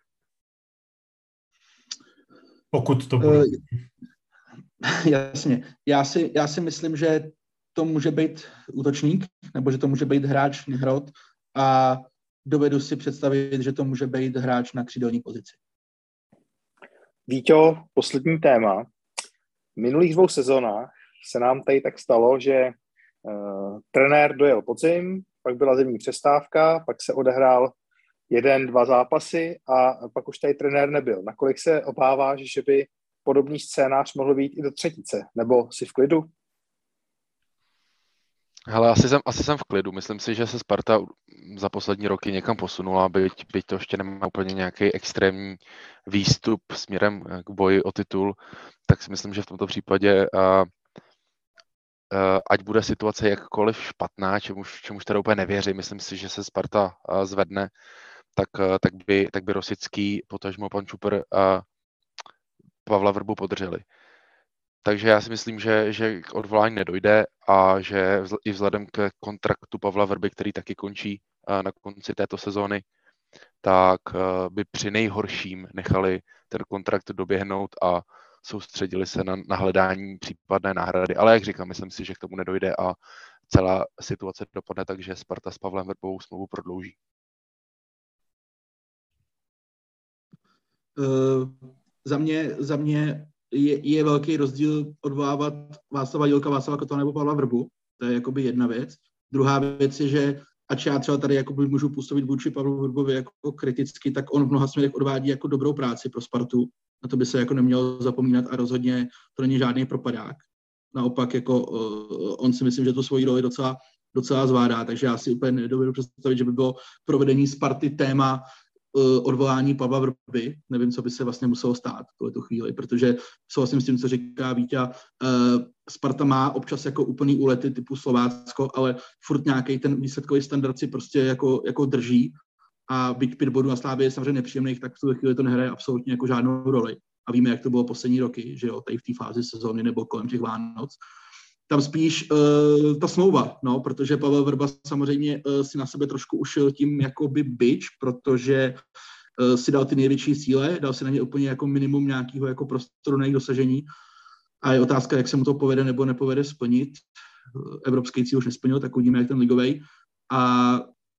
Pokud to budou. Uh, jasně. Já si, já si myslím, že to může být útočník, nebo že to může být hráč hrot a dovedu si představit, že to může být hráč na křídelní pozici. Víťo, poslední téma. V minulých dvou sezónách se nám tady tak stalo, že uh, trenér dojel podzim, pak byla zimní přestávka, pak se odehrál jeden, dva zápasy a pak už tady trenér nebyl. Nakolik se obáváš, že by podobný scénář mohl být i do třetice? Nebo jsi v klidu? Hele, asi jsem, asi jsem v klidu. Myslím si, že se Sparta za poslední roky někam posunula, byť, byť to ještě nemá úplně nějaký extrémní výstup směrem k boji o titul, tak si myslím, že v tomto případě uh, uh, ať bude situace jakkoliv špatná, čemuž, čemuž teda úplně nevěřím, myslím si, že se Sparta uh, zvedne, tak, uh, tak, by, tak by Rosický, potažmo pan Čupr uh, Pavla Vrbu podrželi. Takže já si myslím, že, že k odvolání nedojde a že vzl, i vzhledem k kontraktu Pavla Vrby, který taky končí uh, na konci této sezóny, tak uh, by při nejhorším nechali ten kontrakt doběhnout a soustředili se na, na hledání případné náhrady. Ale jak říkám, myslím si, že k tomu nedojde a celá situace dopadne tak, že Sparta s Pavlem Vrbou smlouvu prodlouží. Uh, za mě, za mě je, je velký rozdíl odvolávat Václava Jílka, Václava Kotova nebo Pavla Vrbu. To je jakoby jedna věc. Druhá věc je, že ač já třeba tady jakoby můžu působit vůči Pavlu Vrbovi jako kriticky, tak on v mnoha směrech odvádí jako dobrou práci pro Spartu. Na to by se jako nemělo zapomínat a rozhodně to není žádný propadák. Naopak jako uh, on si myslím, že tu svoji roli docela, docela zvládá, takže já si úplně nedovedu představit, že by bylo provedení Sparty téma uh, odvolání Pavla Vrby. Nevím, co by se vlastně muselo stát v tuhle chvíli, protože souhlasím s tím, co říká Víťa. Uh, Sparta má občas jako úplný úlety typu Slovácko, ale furt nějaký ten výsledkový standard si prostě jako, jako drží. A byť pět bodů na Slávě je samozřejmě nepříjemných, tak v tuhle chvíli to nehraje absolutně jako žádnou roli. A víme, jak to bylo poslední roky, že jo, tady v té fázi sezóny nebo kolem těch Vánoc. Tam spíš uh, ta smlouva, no, protože Pavel Vrba samozřejmě uh, si na sebe trošku ušil tím jakoby bič, protože uh, si dal ty největší cíle, dal si na ně úplně jako minimum nějakého jako prostoru na jejich dosažení. A je otázka, jak se mu to povede nebo nepovede splnit. Evropský cíl už nesplnil, tak uvidíme, jak ten ligovej. A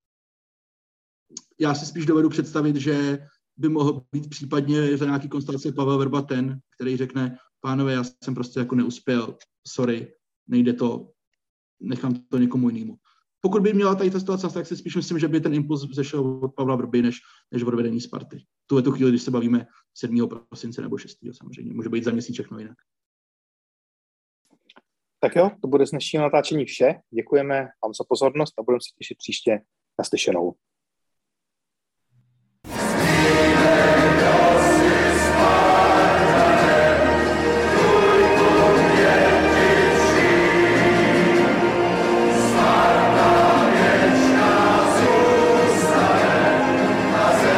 já si spíš dovedu představit, že by mohl být případně za nějaký konstelace Pavel Vrba ten, který řekne, pánové, já jsem prostě jako neuspěl, sorry, nejde to, nechám to někomu jinému. Pokud by měla tady ta situace, tak si spíš myslím, že by ten impuls zešel od Pavla Vrby, než, než od vedení Sparty. Tuhle tu chvíli, když se bavíme sedmého prosince nebo šestého samozřejmě, může být za měsíc všechno jinak. Tak jo, to bude z dnešního natáčení vše. Děkujeme vám za pozornost a budeme se těšit příště na slyšenou.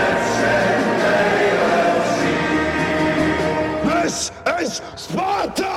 This is Sparta!